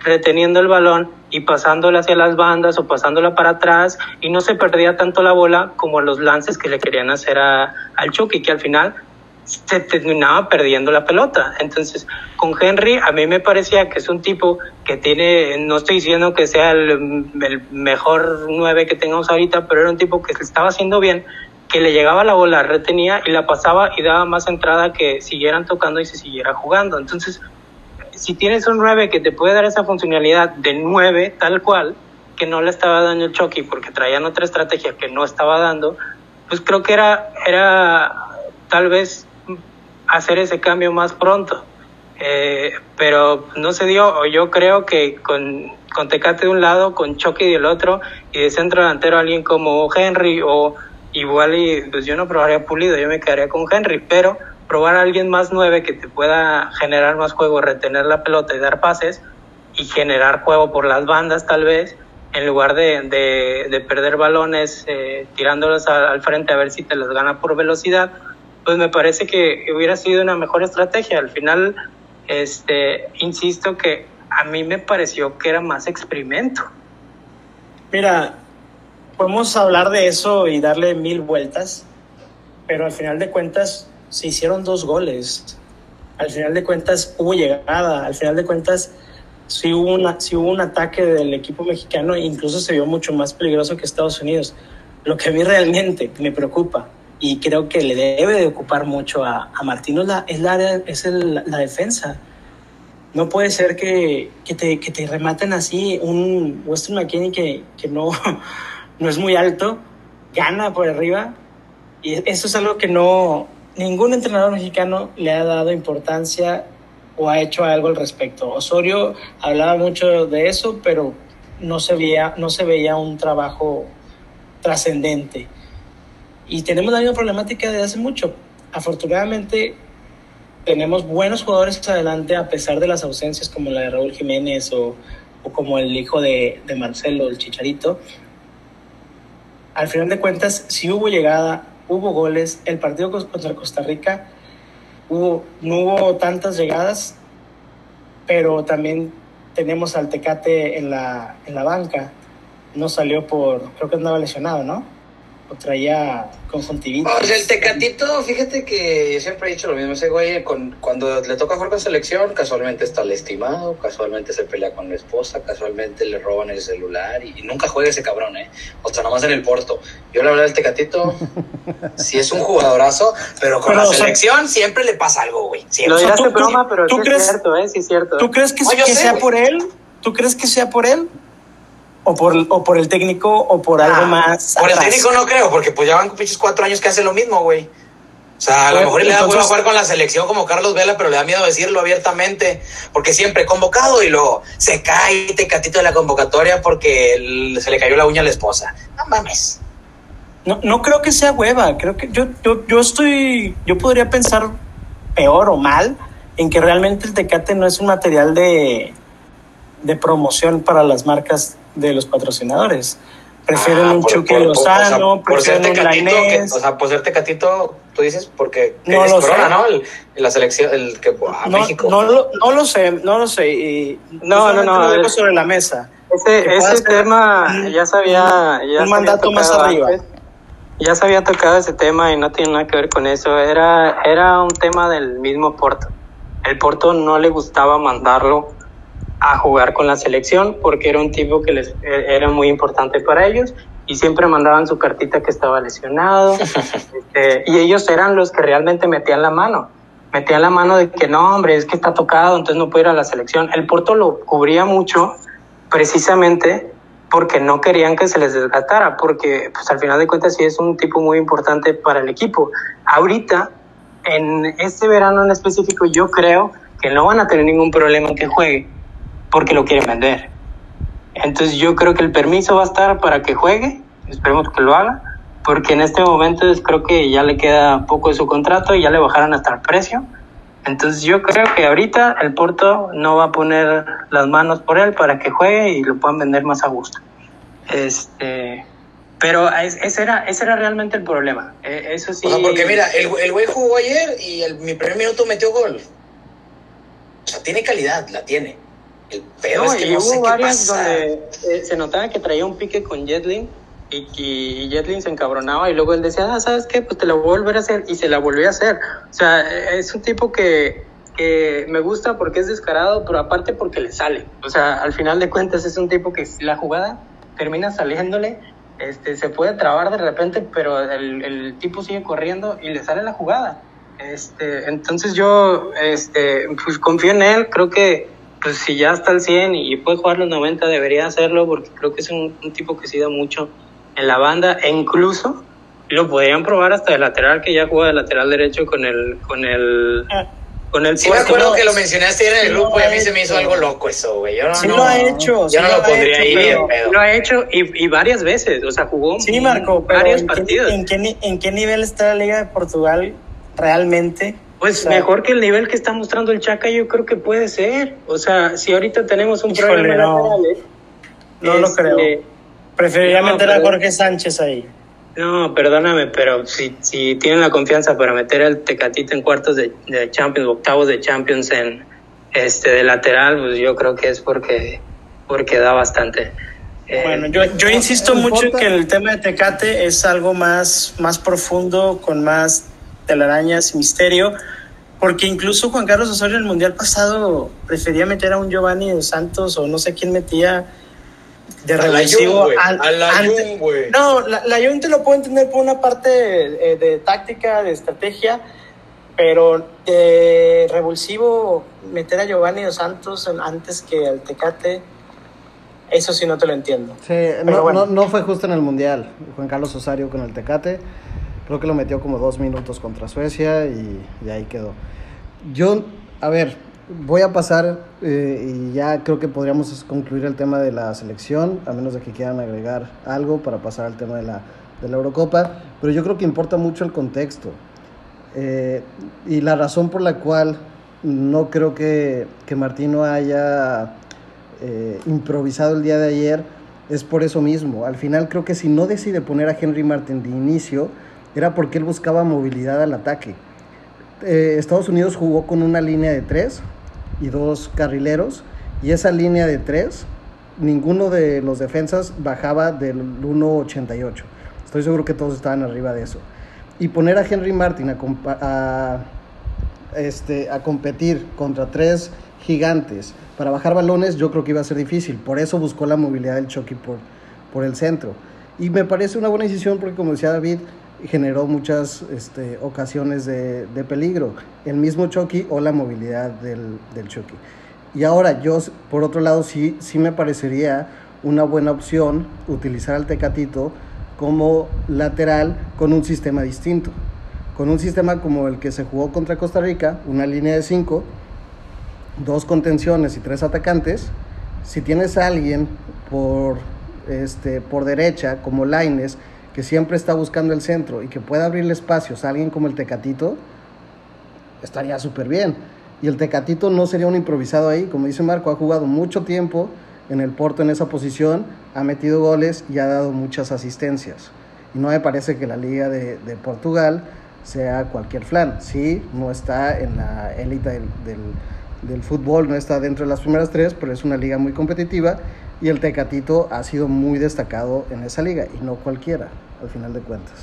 reteniendo el balón y pasándola hacia las bandas o pasándola para atrás, y no se perdía tanto la bola como los lances que le querían hacer a, al Chucky, que al final se terminaba perdiendo la pelota. Entonces, con Henry, a mí me parecía que es un tipo que tiene, no estoy diciendo que sea el, el mejor nueve que tengamos ahorita, pero era un tipo que se estaba haciendo bien, que le llegaba la bola, retenía y la pasaba y daba más entrada que siguieran tocando y se siguiera jugando. Entonces, si tienes un nueve que te puede dar esa funcionalidad de nueve tal cual, que no le estaba dando el Chucky porque traían otra estrategia que no estaba dando, pues creo que era, era tal vez hacer ese cambio más pronto, eh, pero no se dio. O yo creo que con, con Tecate de un lado, con Chucky del otro, y de centro delantero alguien como Henry, o igual, y pues yo no probaría Pulido, yo me quedaría con Henry, pero probar a alguien más nueve que te pueda generar más juego, retener la pelota y dar pases, y generar juego por las bandas tal vez, en lugar de, de, de perder balones eh, tirándolos al, al frente a ver si te los gana por velocidad, pues me parece que hubiera sido una mejor estrategia. Al final, este, insisto que a mí me pareció que era más experimento. Mira, podemos hablar de eso y darle mil vueltas, pero al final de cuentas se hicieron dos goles. Al final de cuentas hubo llegada, al final de cuentas sí hubo, una, sí hubo un ataque del equipo mexicano, e incluso se vio mucho más peligroso que Estados Unidos. Lo que a mí realmente me preocupa, y creo que le debe de ocupar mucho a, a Martino, es la, es la, es el, la defensa. No puede ser que, que, te, que te rematen así. Un Weston McKennie que, que no, no es muy alto, gana por arriba, y eso es algo que no, ningún entrenador mexicano le ha dado importancia o ha hecho algo al respecto. Osorio hablaba mucho de eso, pero no se veía, no se veía un trabajo trascendente. Y tenemos la misma problemática de hace mucho. Afortunadamente tenemos buenos jugadores adelante a pesar de las ausencias como la de Raúl Jiménez o, o como el hijo de, de Marcelo, el Chicharito. Al final de cuentas, sí hubo llegada, hubo goles. El partido contra Costa Rica hubo, no hubo tantas llegadas, pero también tenemos al Tecate en la, en la banca. No salió por, creo que andaba lesionado, ¿no? O traía conjuntivitis. O sea, el Tecatito, fíjate que yo siempre he dicho lo mismo, ese güey con, cuando le toca jugar con selección, casualmente está lastimado, casualmente se pelea con la esposa, casualmente le roban el celular y, y nunca juega ese cabrón, ¿eh? O sea, nomás en el Porto. Yo la verdad el Tecatito sí es un jugadorazo, pero con pero, la selección o sea, siempre le pasa algo, güey. Lo dirás de broma, pero ¿tú sí crees, es cierto, ¿eh? Sí es cierto. ¿Tú crees que, no, que sé, sea güey. por él? ¿Tú crees que sea por él? O por, o por el técnico o por ah, algo más por atrás. El técnico no creo, porque pues ya van pinches cuatro años que hace lo mismo, güey. O sea, a lo mejor le da huevo a jugar con la selección como Carlos Vela, pero le da miedo decirlo abiertamente, porque siempre convocado y luego se cae Tecatito de la convocatoria porque el, se le cayó la uña a la esposa. No mames. No, no creo que sea hueva, creo que yo, yo, yo estoy, yo podría pensar peor o mal en que realmente el Tecate no es un material de, de promoción para las marcas de los patrocinadores. Prefieren ah, un Chucky Lozano, por, o sea, prefieren un Lainez. O sea, por ser Tecatito, tú dices, porque no es lo Corona, sé. ¿no? El, la selección, el que ah, no, México. No lo, no lo sé, no lo sé. Y no, no, no. Lo dejo sobre la mesa. Ese, ese tema un, ya sabía. Ya un mandato más arriba. Antes. Ya se había tocado ese tema y no tiene nada que ver con eso. Era, era un tema del mismo Porto. El Porto no le gustaba mandarlo a jugar con la selección porque era un tipo que les era muy importante para ellos y siempre mandaban su cartita que estaba lesionado este, y ellos eran los que realmente metían la mano metían la mano de que no, hombre, es que está tocado, entonces no puede ir a la selección. El Porto lo cubría mucho precisamente porque no querían que se les desgastara, porque pues al final de cuentas sí es un tipo muy importante para el equipo. Ahorita, en este verano en específico, yo creo que no van a tener ningún problema en que juegue porque lo quieren vender. Entonces yo creo que el permiso va a estar para que juegue, esperemos que lo haga, porque en este momento creo que ya le queda poco de su contrato y ya le bajaron hasta el precio. Entonces yo creo que ahorita el Porto no va a poner las manos por él para que juegue y lo puedan vender más a gusto. Este, pero ese era, ese era realmente el problema. Eso sí. O sea, porque mira, el, el güey jugó ayer y el, mi primer minuto metió gol. O sea, tiene calidad, la tiene. El pedo no, es que y no hubo sé qué varias pasa. donde eh, se notaba que traía un pique con Jetlin y, y Jetlin se encabronaba y luego él decía, ah, ¿sabes qué? Pues te la voy a volver a hacer y se la volvió a hacer. O sea, es un tipo que, que me gusta porque es descarado, pero aparte porque le sale. O sea, al final de cuentas es un tipo que la jugada termina saliéndole, este, se puede trabar de repente, pero el, el tipo sigue corriendo y le sale la jugada. Este, entonces yo este, pues confío en él, creo que pues si ya está al cien y puede jugar los noventa debería hacerlo porque creo que es un, un tipo que sí da mucho en la banda e incluso lo podrían probar hasta de lateral, que ya juega de lateral derecho con el con el con el sí me acuerdo no, que lo mencionaste en el sí grupo y a mí se me hizo algo loco eso, güey. Yo no, sí no, lo ha hecho, yo sí no lo, lo pondría hecho, ahí en pedo. Lo ha hecho y, y varias veces, o sea, jugó sí, Marco, varios ¿en partidos. Qué, en, qué, ¿En qué nivel está la Liga de Portugal realmente? Pues o sea, mejor que el nivel que está mostrando el Chaca, yo creo que puede ser. O sea, si ahorita tenemos un Híjole, problema no, laterales, no este, lo creo. Preferiría no, meter pero, a Jorge Sánchez ahí. No, perdóname, pero si, si tienen la confianza para meter al Tecatito en cuartos de, de Champions, octavos de Champions en este de lateral, pues yo creo que es porque, porque da bastante. Bueno, yo, yo insisto mucho en que el tema de Tecate es algo más, más profundo, con más telarañas y misterio, porque incluso Juan Carlos Osorio en el Mundial pasado prefería meter a un Giovanni dos Santos o no sé quién metía de revulsivo. A la Jun, güey. No, la, la Jun te lo puedo entender por una parte de, de táctica, de estrategia, pero de revulsivo meter a Giovanni dos Santos antes que al Tecate, eso sí no te lo entiendo. Sí, no, bueno. no, no fue justo en el Mundial Juan Carlos Osorio con el Tecate. Creo que lo metió como dos minutos contra Suecia y, y ahí quedó. Yo, a ver, voy a pasar eh, y ya creo que podríamos concluir el tema de la selección, a menos de que quieran agregar algo para pasar al tema de la, de la Eurocopa, pero yo creo que importa mucho el contexto. Eh, y la razón por la cual no creo que, que Martino haya eh, improvisado el día de ayer es por eso mismo. Al final creo que si no decide poner a Henry Martin de inicio, era porque él buscaba movilidad al ataque. Eh, Estados Unidos jugó con una línea de tres y dos carrileros, y esa línea de tres, ninguno de los defensas bajaba del uno ochenta y ocho. Estoy seguro que todos estaban arriba de eso. Y poner a Henry Martin a, a, este, a competir contra tres gigantes para bajar balones, yo creo que iba a ser difícil. Por eso buscó la movilidad del Chucky por, por el centro. Y me parece una buena decisión porque, como decía David, generó muchas este, ocasiones de, de peligro, el mismo Chucky o la movilidad del, del Chucky. Y ahora yo, por otro lado, sí, sí me parecería una buena opción utilizar al Tecatito como lateral con un sistema distinto, con un sistema como el que se jugó contra Costa Rica, una línea de cinco, dos contenciones y tres atacantes. Si tienes a alguien por, este, por derecha como Lainez, que siempre está buscando el centro y que pueda abrirle espacios a alguien como el Tecatito, estaría súper bien. Y el Tecatito no sería un improvisado ahí, como dice Marco, ha jugado mucho tiempo en el Porto en esa posición, ha metido goles y ha dado muchas asistencias. Y no me parece que la Liga de, de Portugal sea cualquier flan. Sí, no está en la élite del, del, del fútbol, no está dentro de las primeras tres, pero es una liga muy competitiva. Y el Tecatito ha sido muy destacado en esa liga, y no cualquiera, al final de cuentas.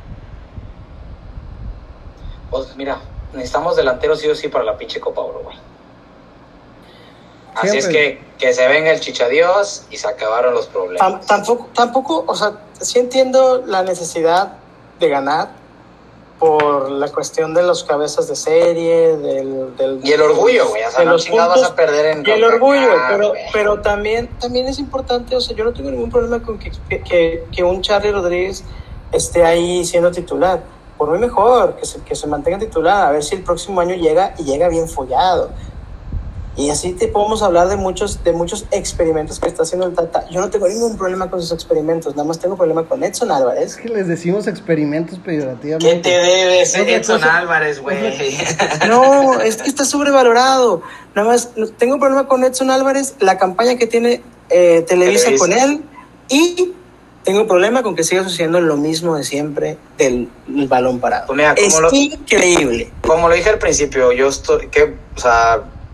Pues mira, necesitamos delanteros sí o sí para la pinche Copa Oro, güey. Así Siempre. es que que se venga el chichadios y se acabaron los problemas. Tampoco, tampoco, o sea, sí entiendo la necesidad de ganar por la cuestión de los cabezas de serie, del... del y el orgullo, güey, o sea, no chingados vas a perder en... Y el orgullo, pero, pero también, también es importante, o sea, yo no tengo ningún problema con que, que, que un Charly Rodríguez esté ahí siendo titular. Por mí mejor, que se, que se mantenga titular, a ver si el próximo año llega y llega bien follado. Y así te podemos hablar de muchos, de muchos experimentos que está haciendo el Tata. Yo no tengo ningún problema con sus experimentos, nada más tengo problema con Edson Álvarez. Es que les decimos experimentos peyorativamente. ¿Qué te debes, Edson Álvarez, güey? No, es que está sobrevalorado. Nada más tengo problema con Edson Álvarez, la campaña que tiene eh, Televisa, Televisa con él, y tengo problema con que siga sucediendo lo mismo de siempre del, del balón parado. Pues mira, es lo, increíble. Como lo dije al principio, yo estoy, que, o sea...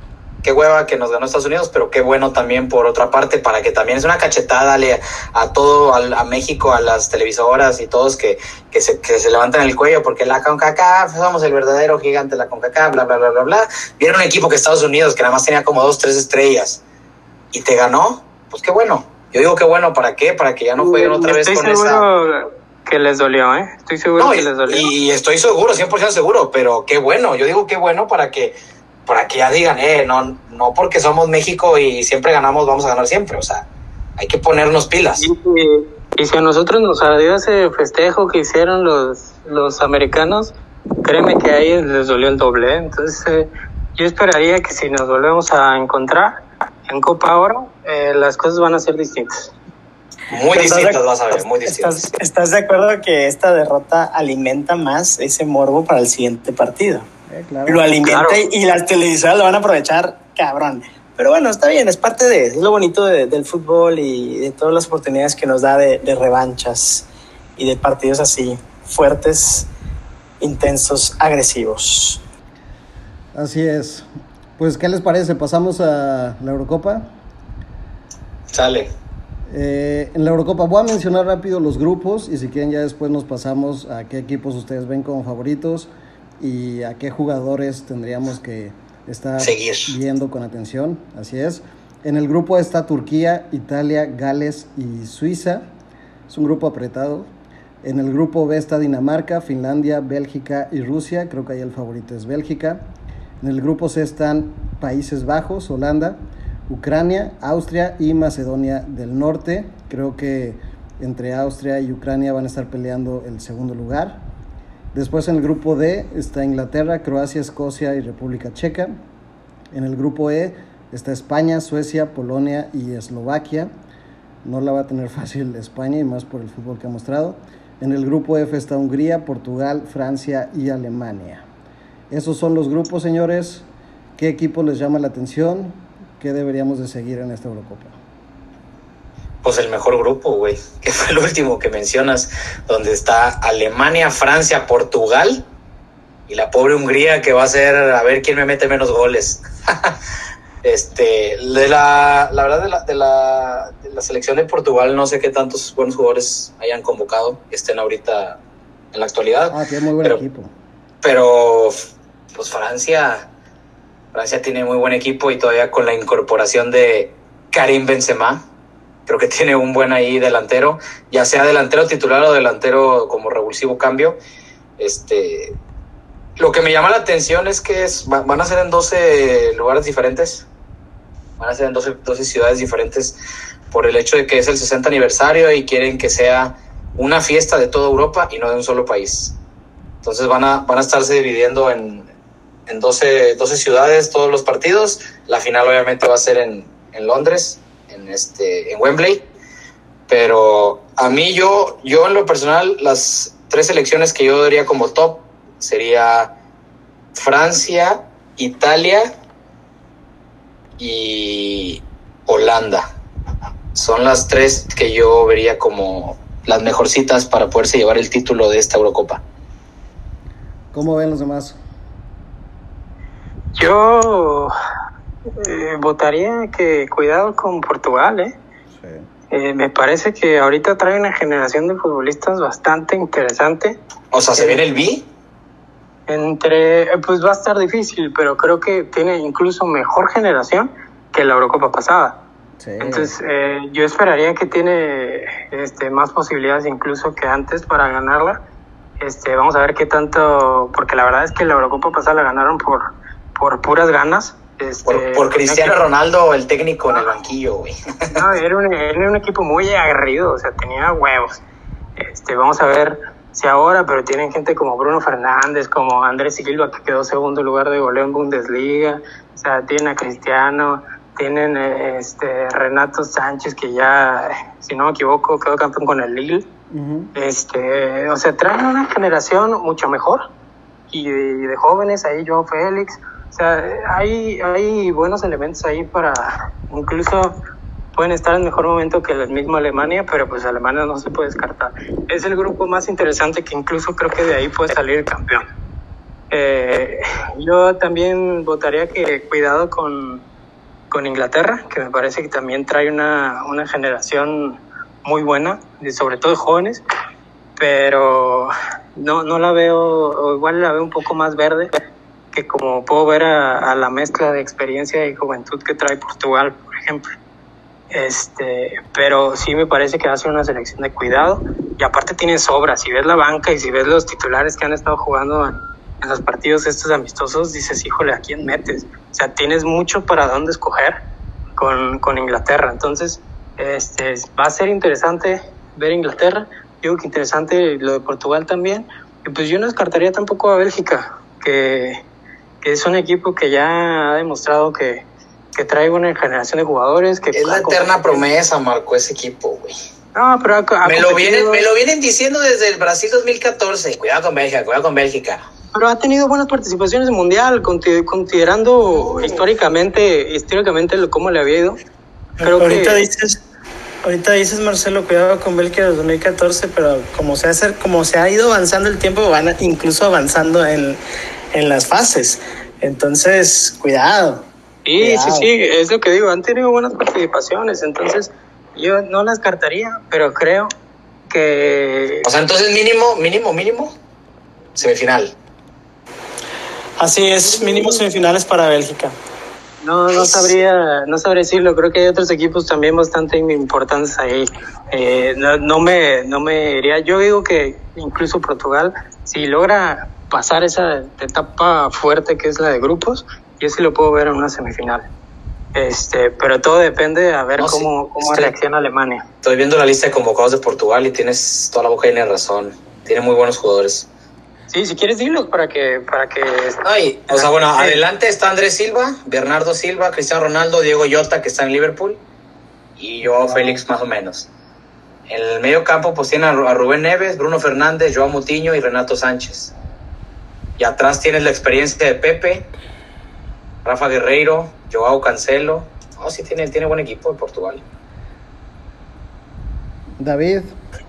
qué hueva que nos ganó Estados Unidos, pero qué bueno también por otra parte, para que también es una cachetada a, a todo, a, a México, a las televisoras y todos que, que, se, que se levantan el cuello, porque la CONCACAF, somos el verdadero gigante de la CONCACAF, bla, bla, bla, bla, bla. Vieron un equipo que Estados Unidos, que nada más tenía como dos, tres estrellas, y te ganó, pues qué bueno. Yo digo qué bueno, ¿para qué? Para que ya no jueguen otra vez con esa... que les dolió, ¿eh? Estoy seguro no, que y, les dolió. Y estoy seguro, cien por ciento seguro, pero qué bueno. Yo digo qué bueno para que para que ya digan, eh, no, no porque somos México y siempre ganamos, vamos a ganar siempre. O sea, hay que ponernos pilas. Y, y, y si a nosotros nos salió ese festejo que hicieron los, los americanos, créeme que a ellos les dolió el doble. Entonces, eh, yo esperaría que si nos volvemos a encontrar en Copa Oro, eh, las cosas van a ser distintas. Muy distintas, vas a ver, muy distintas. ¿Estás, ¿Estás de acuerdo que esta derrota alimenta más ese morbo para el siguiente partido? Eh, claro. Lo alimenta claro. y, y las televisoras lo van a aprovechar, cabrón. Pero bueno, está bien, es parte de, es lo bonito de, del fútbol y de todas las oportunidades que nos da de, de revanchas y de partidos así, fuertes, intensos, agresivos. Así es. Pues, ¿qué les parece? ¿Pasamos a la Eurocopa? Sale. Eh, en la Eurocopa voy a mencionar rápido los grupos y si quieren ya después nos pasamos a qué equipos ustedes ven como favoritos y a qué jugadores tendríamos que estar Seguir. viendo con atención. Así es. En el grupo está Turquía, Italia, Gales y Suiza. Es un grupo apretado. En el grupo B está Dinamarca, Finlandia, Bélgica y Rusia. Creo que ahí el favorito es Bélgica. En el grupo C están Países Bajos, Holanda, Ucrania, Austria y Macedonia del Norte. Creo que entre Austria y Ucrania van a estar peleando el segundo lugar. Después en el grupo D está Inglaterra, Croacia, Escocia y República Checa. En el grupo E está España, Suecia, Polonia y Eslovaquia. No la va a tener fácil España y más por el fútbol que ha mostrado. En el grupo F está Hungría, Portugal, Francia y Alemania. Esos son los grupos, señores. ¿Qué equipo les llama la atención? ¿Qué deberíamos de seguir en esta Eurocopa? Pues el mejor grupo, güey, que fue el último que mencionas, donde está Alemania, Francia, Portugal y la pobre Hungría que va a ser a ver quién me mete menos goles. este, de la, la verdad de la, de la de la selección de Portugal no sé qué tantos buenos jugadores hayan convocado, estén ahorita en la actualidad. Ah, tiene muy buen pero, equipo. Pero pues Francia Francia tiene muy buen equipo y todavía con la incorporación de Karim Benzema, creo que tiene un buen ahí delantero, ya sea delantero titular o delantero como revulsivo cambio. Este, lo que me llama la atención es que es, van a ser en doce lugares diferentes, van a ser en doce, doce ciudades diferentes por el hecho de que es el sesenta aniversario y quieren que sea una fiesta de toda Europa y no de un solo país. Entonces van a, van a estarse dividiendo en en doce, doce ciudades todos los partidos. La final obviamente va a ser en, en Londres, en, este, en Wembley. Pero a mí, yo, yo en lo personal, las tres selecciones que yo daría como top sería Francia, Italia y Holanda. Son las tres que yo vería como las mejorcitas para poderse llevar el título de esta Eurocopa. ¿Cómo ven los demás? Yo eh, votaría que cuidado con Portugal, ¿eh? Sí. Eh, me parece que ahorita trae una generación de futbolistas bastante interesante. O sea, ¿se eh, viene el B? Entre, pues va a estar difícil, pero creo que tiene incluso mejor generación que la Eurocopa pasada. Sí. Entonces, eh, yo esperaría que tiene este, más posibilidades incluso que antes para ganarla. Este, vamos a ver qué tanto, porque la verdad es que la Eurocopa pasada la ganaron por por puras ganas. Este, por, por Cristiano que... Ronaldo, el técnico en el banquillo, güey. No, era un, era un equipo muy aguerrido, o sea, tenía huevos. Este, vamos a ver si ahora, pero tienen gente como Bruno Fernández, como Andrés Silva, que quedó segundo lugar de goleo en Bundesliga. O sea, tienen a Cristiano, tienen este, Renato Sánchez, que ya, si no me equivoco, quedó campeón con el Lille. Uh-huh. Este, o sea, traen una generación mucho mejor. Y de, de jóvenes, ahí Joao Félix. O sea, hay, hay buenos elementos ahí para, incluso pueden estar en mejor momento que el mismo Alemania, pero pues Alemania no se puede descartar. Es el grupo más interesante que incluso creo que de ahí puede salir el campeón. Eh, yo también votaría que cuidado con, con Inglaterra, que me parece que también trae una, una generación muy buena, sobre todo de jóvenes, pero no, no la veo, o igual la veo un poco más verde, que como puedo ver a, a la mezcla de experiencia y juventud que trae Portugal, por ejemplo. Este, pero sí me parece que va a ser una selección de cuidado, y aparte tiene sobras. Si ves la banca y si ves los titulares que han estado jugando en, en los partidos estos amistosos, dices, híjole, ¿a quién metes? O sea, tienes mucho para dónde escoger con, con Inglaterra. Entonces, este, va a ser interesante ver Inglaterra. Digo que interesante lo de Portugal también. Y pues yo no descartaría tampoco a Bélgica, que, que es un equipo que ya ha demostrado que, que trae una generación de jugadores. Que es la eterna promesa, Marco, ese equipo, güey. No, pero ha, ha me, lo vienen, me lo vienen diciendo desde el Brasil dos mil catorce. Cuidado con Bélgica, cuidado con Bélgica. Pero ha tenido buenas participaciones en Mundial, considerando oh. históricamente, históricamente cómo le había ido. Creo ahorita que... dices, ahorita dices, Marcelo, cuidado con Bélgica de dos mil catorce, pero como se, hace, como se ha ido avanzando el tiempo, van incluso avanzando en, en las fases. Entonces, cuidado. Sí, cuidado. sí, sí, es lo que digo, han tenido buenas participaciones, entonces yo no las descartaría, pero creo que... O sea, entonces mínimo, mínimo, mínimo, semifinal. Así es, mínimo semifinales para Bélgica. No, no sabría, no sabría decirlo. Creo que hay otros equipos también bastante importantes ahí. Eh, no, no me, no me iría. Yo digo que incluso Portugal, si logra pasar esa etapa fuerte que es la de grupos, yo sí lo puedo ver en una semifinal. Este, pero todo depende a ver no, cómo, sí, cómo reacciona Alemania. Estoy viendo la lista de convocados de Portugal y tienes toda la boca y tienes razón. Tiene muy buenos jugadores. Sí, si quieres dilo para que... para que Ay, o sea, bueno, adelante está Andrés Silva, Bernardo Silva, Cristiano Ronaldo, Diego Jota, que está en Liverpool, y Joao oh. Félix más o menos. En el medio campo pues tiene a Rubén Neves, Bruno Fernández, Joao Moutinho y Renato Sánchez. Y atrás tienes la experiencia de Pepe, Rafa Guerreiro, Joao Cancelo. Oh, sí, tiene, tiene buen equipo de Portugal. David.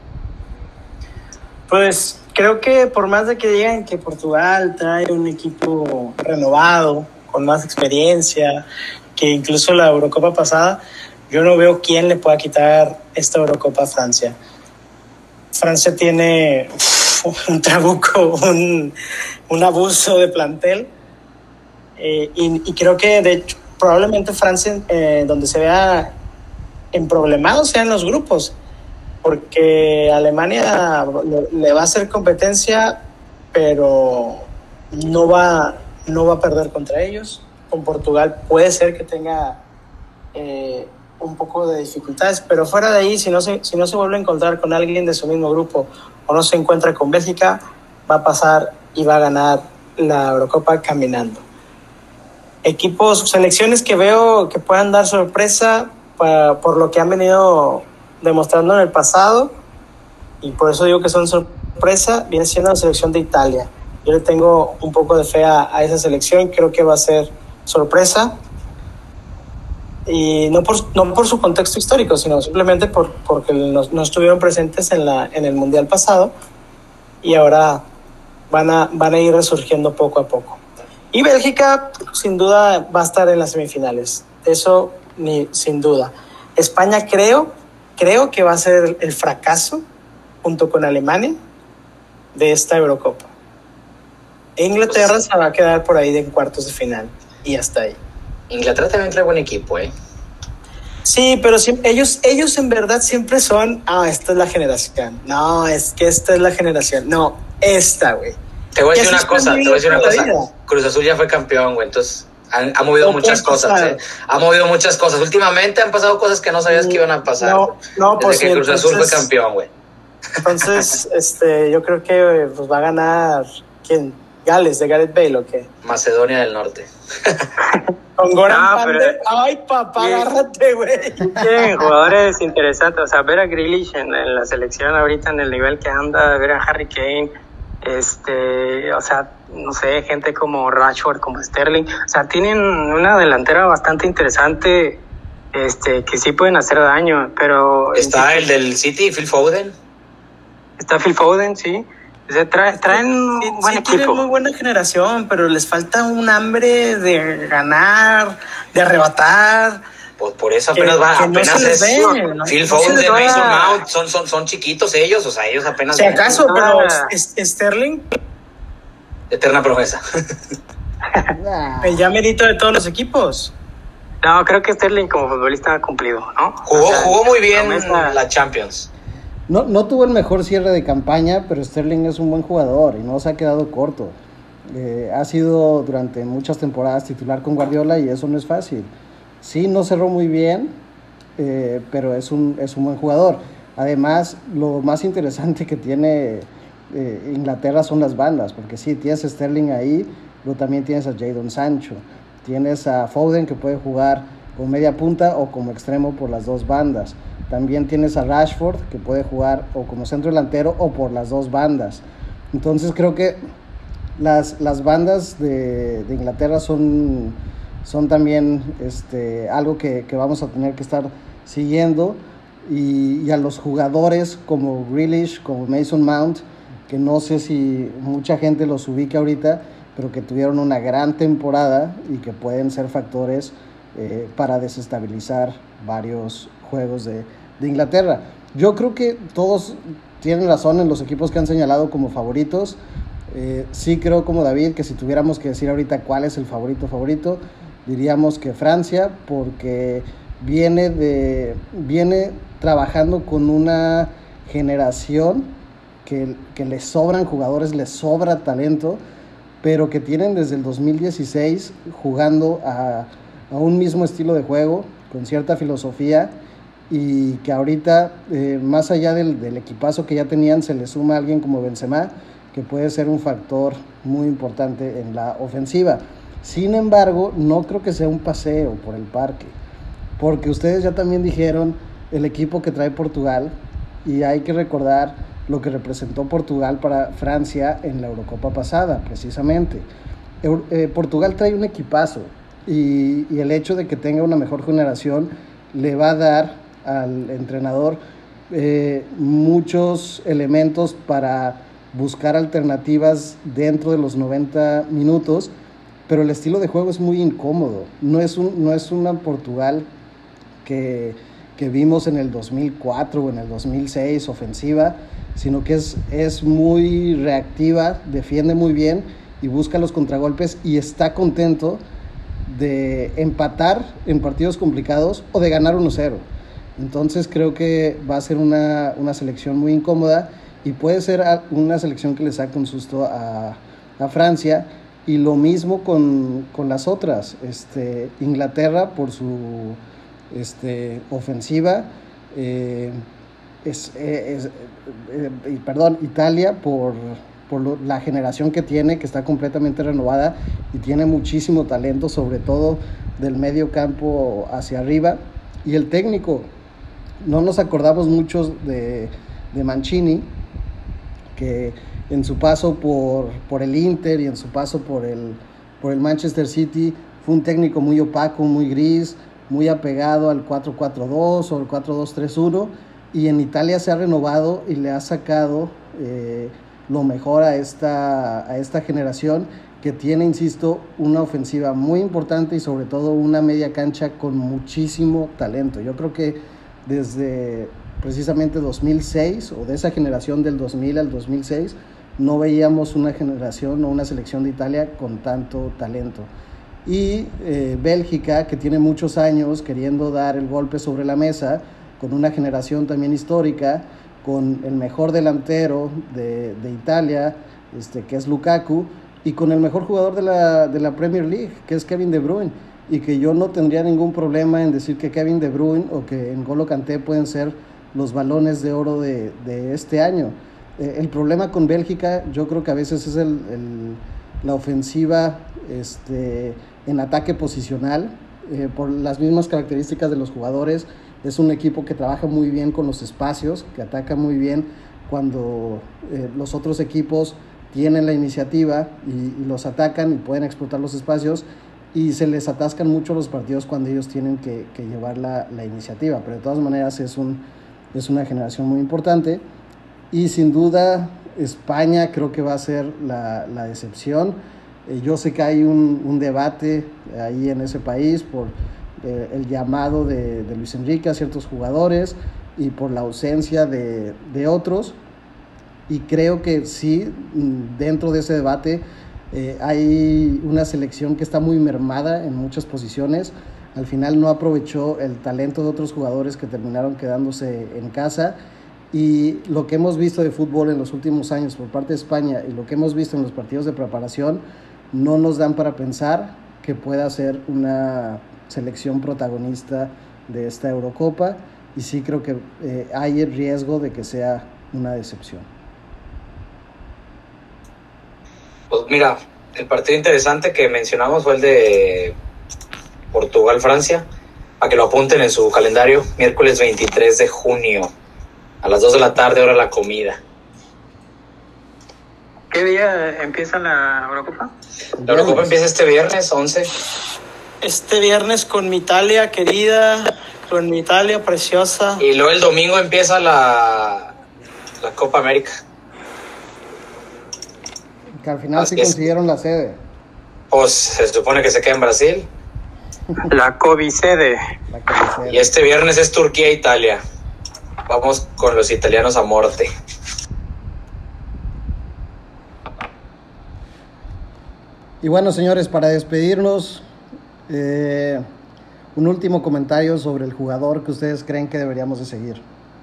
Pues... creo que por más de que digan que Portugal trae un equipo renovado, con más experiencia, que incluso la Eurocopa pasada, yo no veo quién le pueda quitar esta Eurocopa a Francia. Francia tiene un trabuco, un, un abuso de plantel, eh, y, y creo que de hecho probablemente Francia, eh, donde se vea emproblemado, sea en los grupos, porque Alemania le va a hacer competencia, pero no va, no va a perder contra ellos. Con Portugal puede ser que tenga eh, un poco de dificultades, pero fuera de ahí, si no, se, si no se vuelve a encontrar con alguien de su mismo grupo o no se encuentra con Bélgica, va a pasar y va a ganar la Eurocopa caminando. Equipos, selecciones que veo que puedan dar sorpresa para, por lo que han venido demostrando en el pasado, y por eso digo que son sorpresa, viene siendo la selección de Italia. Yo le tengo un poco de fe a, a esa selección, creo que va a ser sorpresa, y no por, no por su contexto histórico, sino simplemente por, porque no, no estuvieron presentes en, la, en el Mundial pasado, y ahora van a, van a ir resurgiendo poco a poco. Y Bélgica, sin duda, va a estar en las semifinales, eso ni, sin duda. España creo Creo que va a ser el fracaso, junto con Alemania, de esta Eurocopa. Inglaterra pues, se va a quedar por ahí de en cuartos de final, y hasta ahí. Inglaterra también trae buen equipo, ¿eh? Sí, pero siempre, ellos, ellos en verdad siempre son, ah, esta es la generación. No, es que esta es la generación. No, esta, güey. Te voy a decir una cosa, te voy a decir una cosa. Vida. Cruz Azul ya fue campeón, güey, entonces... Ha, ha movido no muchas cosas, ¿eh? Ha movido muchas cosas. Últimamente han pasado cosas que no sabías que iban a pasar. No, no, Desde pues que sí, Cruz Azul fue campeón, güey. Entonces, este, yo creo que pues, va a ganar, ¿quién? Gales, de Gareth Bale, ¿o qué? Macedonia del Norte. Con Goran no, Pander. Pero... Ay, papá, sí. Agárrate, güey. Tienen jugadores interesantes. O sea, ver a Grealish en, en la selección ahorita en el nivel que anda, ver a Harry Kane, este, o sea, no sé, gente como Rashford, como Sterling, o sea, tienen una delantera bastante interesante, este, que sí pueden hacer daño, pero... Está el del City, Phil Foden. Está Phil Foden, sí, O sea, traen, traen un sí, buen sí equipo. Tienen muy buena generación, pero les falta un hambre de ganar, de arrebatar. Pues por eso apenas que, va, que apenas no es ve, ¿no? Phil No Foden, de Mason Mount, son, son, son chiquitos ellos, o sea, ellos apenas... Si acaso, no, pero no. Sterling, Eterna promesa. Ah, el ya merito de todos los equipos. No, creo que Sterling como futbolista ha cumplido, ¿no? Jugó, O sea, jugó muy bien promesa- la Champions. No, no tuvo el mejor cierre de campaña, pero Sterling es un buen jugador y no se ha quedado corto. Eh, ha sido durante muchas temporadas titular con Guardiola y eso no es fácil. Sí, no cerró muy bien, eh, pero es un, es un buen jugador. Además, lo más interesante que tiene eh, Inglaterra son las bandas, porque sí, tienes a Sterling ahí, pero también tienes a Jadon Sancho. Tienes a Foden, que puede jugar como media punta o como extremo por las dos bandas. También tienes a Rashford, que puede jugar o como centro delantero o por las dos bandas. Entonces creo que las, las bandas de, de Inglaterra son, son también este, algo que, que vamos a tener que estar siguiendo. Y, y a los jugadores como Grealish, como Mason Mount, que no sé si mucha gente los ubica ahorita, pero que tuvieron una gran temporada y que pueden ser factores eh, para desestabilizar varios juegos de, de Inglaterra. Yo creo que todos tienen razón en los equipos que han señalado como favoritos. Eh, sí creo como David que si tuviéramos que decir ahorita cuál es el favorito favorito, diríamos que Francia, porque viene, de, viene trabajando con una generación que, que les sobran jugadores, les sobra talento, pero que tienen desde el dos mil dieciséis jugando a, a un mismo estilo de juego, con cierta filosofía, y que ahorita, eh, más allá del, del equipazo que ya tenían, se le suma a alguien como Benzema, que puede ser un factor muy importante en la ofensiva. Sin embargo, no creo que sea un paseo por el parque, porque ustedes ya también dijeron el equipo que trae Portugal, y hay que recordar lo que representó Portugal para Francia en la Eurocopa pasada, precisamente. Eh, Portugal trae un equipazo, y, y el hecho de que tenga una mejor generación le va a dar al entrenador eh, muchos elementos para buscar alternativas dentro de los noventa minutos, pero el estilo de juego es muy incómodo. No es, un, no es una Portugal que, que vimos en el dos mil cuatro o en el dos mil seis ofensiva, sino que es, es muy reactiva, defiende muy bien y busca los contragolpes y está contento de empatar en partidos complicados o de ganar uno cero. Entonces creo que va a ser una, una selección muy incómoda y puede ser una selección que le saque un susto a, a Francia, y lo mismo con, con las otras. Este, Inglaterra por su este, ofensiva, eh, es, es, es, eh, perdón, Italia por, por lo, la generación que tiene, que está completamente renovada y tiene muchísimo talento, sobre todo del medio campo hacia arriba. Y el técnico, no nos acordamos muchos de, de Mancini, que en su paso por, por el Inter y en su paso por el, por el Manchester City fue un técnico muy opaco, muy gris, muy apegado al cuatro cuatro dos o al cuatro dos tres uno, y en Italia se ha renovado y le ha sacado eh, lo mejor a esta, a esta generación, que tiene, insisto, una ofensiva muy importante y sobre todo una media cancha con muchísimo talento. Yo creo que desde precisamente dos mil seis, o de esa generación del dos mil al dos mil seis, no veíamos una generación o una selección de Italia con tanto talento. Y eh, Bélgica, que tiene muchos años queriendo dar el golpe sobre la mesa, con una generación también histórica, con el mejor delantero de, de Italia, este, que es Lukaku, y con el mejor jugador de la, de la Premier League, que es Kevin De Bruyne, y que yo no tendría ningún problema en decir que Kevin De Bruyne o que N'Golo Kanté pueden ser los balones de oro de, de este año. Eh, el problema con Bélgica, yo creo que a veces es el, el, la ofensiva este, en ataque posicional, eh, por las mismas características de los jugadores. Es un equipo que trabaja muy bien con los espacios, que ataca muy bien cuando eh, los otros equipos tienen la iniciativa y, y los atacan y pueden explotar los espacios, y se les atascan mucho los partidos cuando ellos tienen que, que llevar la, la iniciativa. Pero de todas maneras es, un, es una generación muy importante, y sin duda España creo que va a ser la, la decepción. Eh, yo sé que hay un, un debate ahí en ese país por eh, el llamado de, de Luis Enrique a ciertos jugadores y por la ausencia de, de otros. Y creo que sí, dentro de ese debate eh, hay una selección que está muy mermada en muchas posiciones. Al final no aprovechó el talento de otros jugadores que terminaron quedándose en casa. Y lo que hemos visto de fútbol en los últimos años por parte de España y lo que hemos visto en los partidos de preparación no nos dan para pensar que pueda ser una selección protagonista de esta Eurocopa, y sí creo que eh, hay el riesgo de que sea una decepción. Pues mira, el partido interesante que mencionamos fue el de Portugal-Francia, para que lo apunten en su calendario, miércoles veintitrés de junio. A las dos de la tarde, hora la comida. ¿Qué día empieza la Eurocopa? La Eurocopa empieza este viernes, once. Este viernes con mi Italia querida, con mi Italia preciosa. Y luego el domingo empieza la, la Copa América. Que al final Así sí es. consiguieron la sede. Pues se supone que se queda en Brasil. La Covicede. La cabecera. Y este viernes es Turquía-Italia. Vamos con los italianos a muerte. Y bueno, señores, para despedirnos, eh, un último comentario sobre el jugador que ustedes creen que deberíamos de seguir.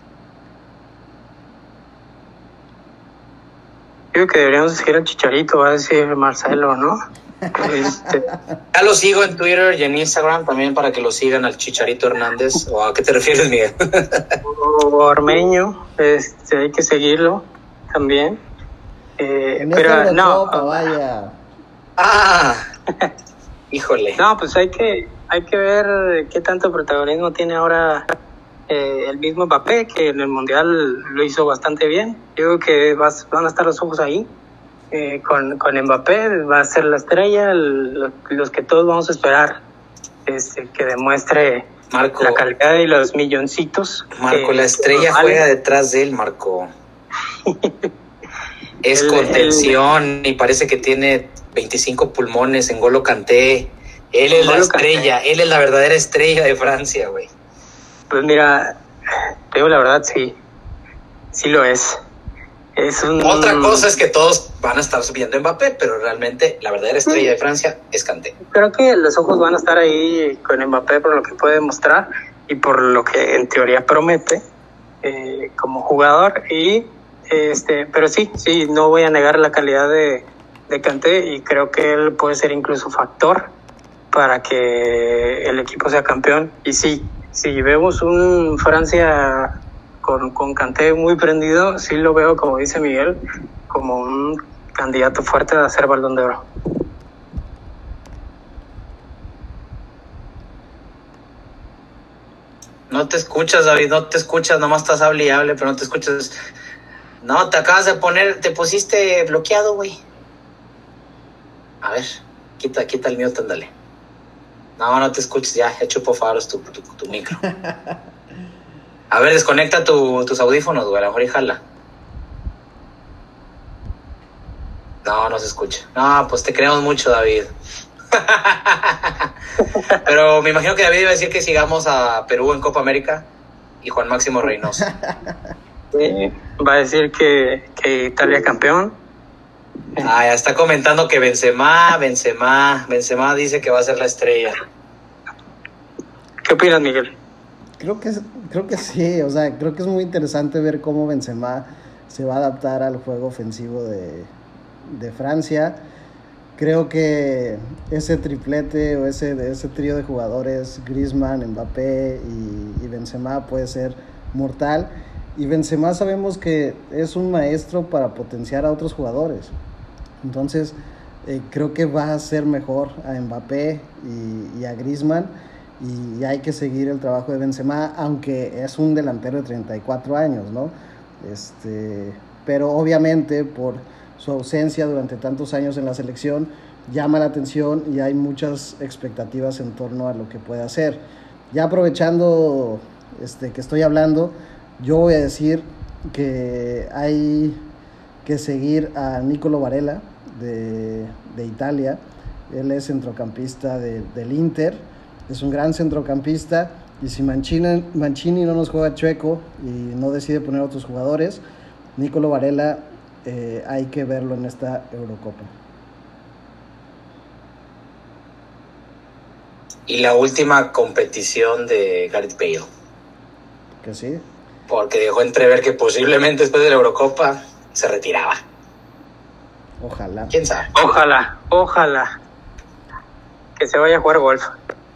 Creo que deberíamos seguir al Chicharito, va a decir Marcelo, ¿no? Este, Ya lo sigo en Twitter y en Instagram también para que lo sigan al Chicharito Hernández. ¿O a qué te refieres, Miguel? o Ormeño, este, hay que seguirlo también. Eh, En pero esta no, Eurocopa, vaya. Ah, híjole. no, pues hay que hay que ver qué tanto protagonismo tiene ahora eh, el mismo Mbappé, que en el Mundial lo hizo bastante bien. Yo creo que vas, van a estar los ojos ahí. Eh, con, con Mbappé va a ser la estrella, el- los que todos vamos a esperar, este, que demuestre Marco, la calidad y los milloncitos. Marco, que- la estrella que vale. juega detrás de él, Marco. Es El- contención y parece que tiene veinticinco pulmones en N'Golo Kanté. Él es la N'Golo Kanté. estrella, él es la verdadera estrella de Francia, güey. Pues mira, te digo la verdad, sí, sí lo es. Es un... Otra cosa es que todos van a estar subiendo Mbappé, pero realmente la verdadera estrella de Francia es Kanté. Creo que los ojos van a estar ahí con Mbappé por lo que puede mostrar y por lo que en teoría promete eh, como jugador. Y este, pero sí, sí, no voy a negar la calidad de, de Kanté, y creo que él puede ser incluso factor para que el equipo sea campeón. Y sí, si vemos un Francia con, con Kanté muy prendido, sí lo veo, como dice Miguel, como un candidato fuerte a ser Balón de Oro. No te escuchas, David, no te escuchas, nomás estás hable y hable, pero no te escuchas. No, te acabas de poner, te pusiste bloqueado, güey. A ver, quita, quita el mute, ándale. No, no te escuches, ya, ya chupo faros tu, tu, tu micro. A ver, desconecta tu, tus audífonos, güey, a lo mejor y jala. No, no se escucha. No, pues te queremos mucho, David. Pero me imagino que David iba a decir que sigamos a Perú en Copa América y Juan Máximo Reynoso. Eh, va a decir que, que Italia campeón. Ah, ya está comentando que Benzema, Benzema, Benzema dice que va a ser la estrella. ¿Qué opinas, Miguel? Creo que, creo que sí, o sea, creo que es muy interesante ver cómo Benzema se va a adaptar al juego ofensivo de, de Francia. Creo que ese triplete o ese, ese trío de jugadores, Griezmann, Mbappé y, y Benzema, puede ser mortal. Y Benzema sabemos que es un maestro para potenciar a otros jugadores. Entonces, eh, creo que va a ser mejor a Mbappé y, y a Griezmann. Y hay que seguir el trabajo de Benzema, aunque es un delantero de treinta y cuatro años, ¿no? Este, pero obviamente por su ausencia durante tantos años en la selección llama la atención y hay muchas expectativas en torno a lo que puede hacer. Ya aprovechando este, que estoy hablando, yo voy a decir que hay que seguir a Nicolo Varela de, de Italia. Él es centrocampista de, del Inter, es un gran centrocampista, y si Mancini, Mancini no nos juega chueco y no decide poner otros jugadores, Nicolo Varela eh, hay que verlo en esta Eurocopa. Y la última competición de Gareth Bale. Que sí. Porque dejó entrever que posiblemente después de la Eurocopa se retiraba. Ojalá. ¿Quién sabe? Ojalá, ojalá. Que se vaya a jugar golf.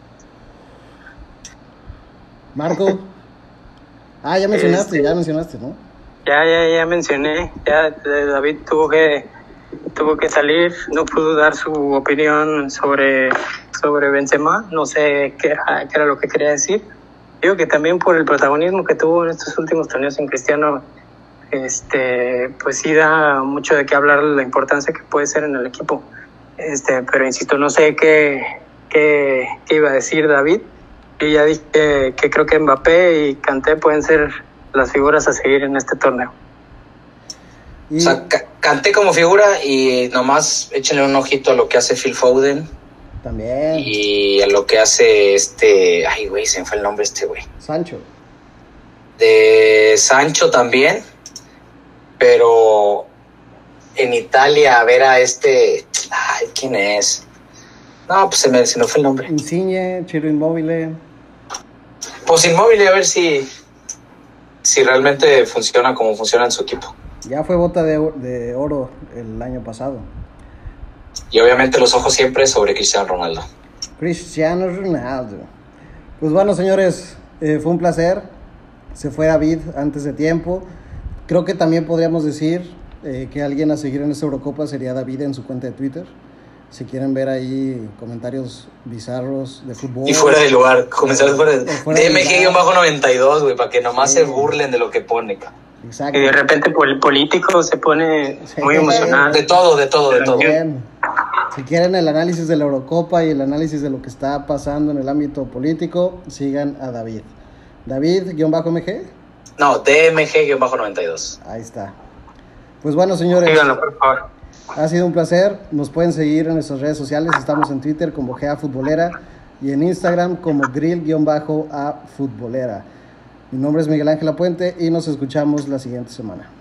Marco. Ah, ya mencionaste, este, ya mencionaste, ¿no? Ya, ya, ya mencioné. Ya David tuvo que tuvo que salir, no pudo dar su opinión sobre, sobre Benzema. No sé qué era, qué era lo que quería decir. Digo que también por el protagonismo que tuvo en estos últimos torneos en Cristiano, este, pues sí da mucho de qué hablar, la importancia que puede ser en el equipo. Este, pero insisto, no sé qué, qué, qué iba a decir David. Yo ya dije que, que creo que Mbappé y Kanté pueden ser las figuras a seguir en este torneo. Y... O sea, Kanté como figura, y nomás échenle un ojito a lo que hace Phil Foden. También. Y a lo que hace este... Ay, güey, se me fue el nombre este güey. Sancho. De Sancho también. Pero en Italia, a ver a este... Ay, ¿quién es? No, pues se me, se me fue el nombre. Insigne, Ciro Immobile. Pues Immobile, a ver si... Si realmente funciona como funciona en su equipo. Ya fue bota de, de oro el año pasado. Y obviamente los ojos siempre sobre Cristiano Ronaldo. Cristiano Ronaldo. Pues bueno, señores, eh, fue un placer. Se fue David antes de tiempo. Creo que también podríamos decir eh, que alguien a seguir en esta Eurocopa sería David en su cuenta de Twitter. Si quieren ver ahí comentarios bizarros de fútbol. Y fuera de lugar, comentarios fuera de, de D M G noventa y dos, güey, para que nomás sí. se burlen de lo que pone. Exacto. Y de repente el político se pone sí. muy emocional. De todo, de todo, de todo. Bien. Si quieren el análisis de la Eurocopa y el análisis de lo que está pasando en el ámbito político, sigan a David. David-M G. No, D M G noventa y dos. Ahí está. Pues bueno, señores. Síganlo, por favor. Ha sido un placer. Nos pueden seguir en nuestras redes sociales. Estamos en Twitter como G A Futbolera y en Instagram como Grill-A Futbolera. Mi nombre es Miguel Ángel Apuente y nos escuchamos la siguiente semana.